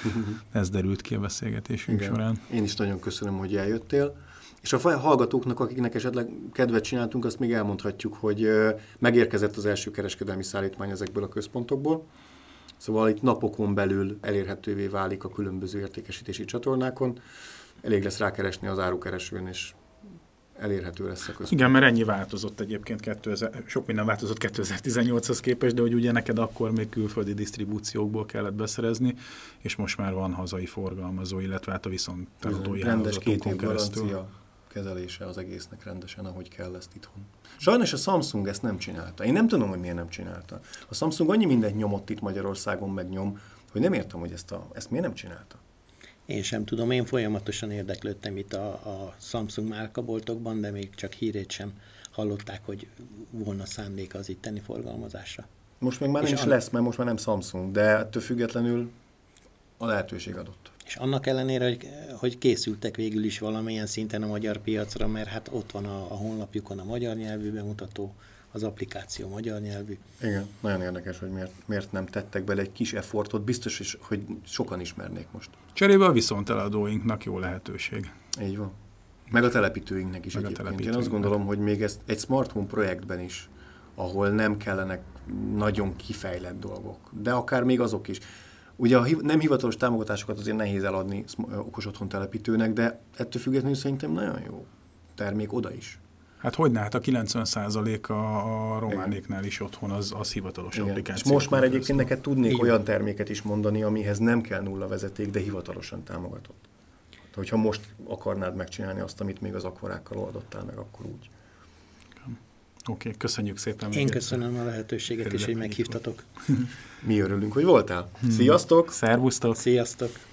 Ez derült ki a beszélgetésünk során. Én is nagyon köszönöm, hogy eljöttél. És a hallgatóknak, akiknek esetleg kedvet csináltunk, azt még elmondhatjuk, hogy megérkezett az első kereskedelmi szállítmány ezekből a központokból. Szóval itt napokon belül elérhetővé válik a különböző értékesítési csatornákon. Elég lesz rákeresni az árukeresőn, és elérhető lesz a központ. Igen, mert ennyi változott egyébként, sok minden változott 2018-hoz képest, de hogy ugye neked akkor még külföldi disztribúciókból kellett beszerezni, és most már van hazai forgalmazó, illetve hát a viszonteladói hálózatokon keresztül. Garancia kezelése az egésznek rendesen, ahogy kell ezt itthon. Sajnos a Samsung ezt nem csinálta. Én nem tudom, hogy miért nem csinálta. A Samsung annyi mindent nyomott itt Magyarországon, megnyom, hogy nem értem, hogy ezt miért nem csinálta. Én sem tudom, én folyamatosan érdeklődtem itt a Samsung márkaboltokban, de még csak hírét sem hallották, hogy volna szándéka az itteni forgalmazásra. Most még már nem is lesz, mert most már nem Samsung, de ettől függetlenül a lehetőség adott. És annak ellenére, hogy készültek végül is valamilyen szinten a magyar piacra, mert hát ott van a honlapjukon a magyar nyelvű bemutató, az applikáció magyar nyelvű. Igen, nagyon érdekes, hogy miért nem tettek bele egy kis effortot, biztos is, hogy sokan ismernék most. Cserébe a viszonteladóinknak jó lehetőség. Így van. Meg a telepítőinknek is egyébként. Én azt gondolom, hogy még ezt egy smart home projektben is, ahol nem kellenek nagyon kifejlett dolgok, de akár még azok is. Ugye a nem hivatalos támogatásokat azért nehéz eladni okos otthon telepítőnek, de ettől függetlenül szerintem nagyon jó termék oda is. Hát hogyne, hát a 90% a románéknál is otthon az hivatalos igen. applikáció. És most már egyébként neked tudnék olyan terméket is mondani, amihez nem kell nulla vezeték, de hivatalosan támogatott. Tehát, hogyha most akarnád megcsinálni azt, amit még az akvarákkal oldottál meg, akkor úgy. Oké, köszönjük szépen. Én köszönöm a lehetőséget, és hogy meghívtatok. Mi örülünk, hogy voltál. Sziasztok! Szervusztok! Sziasztok!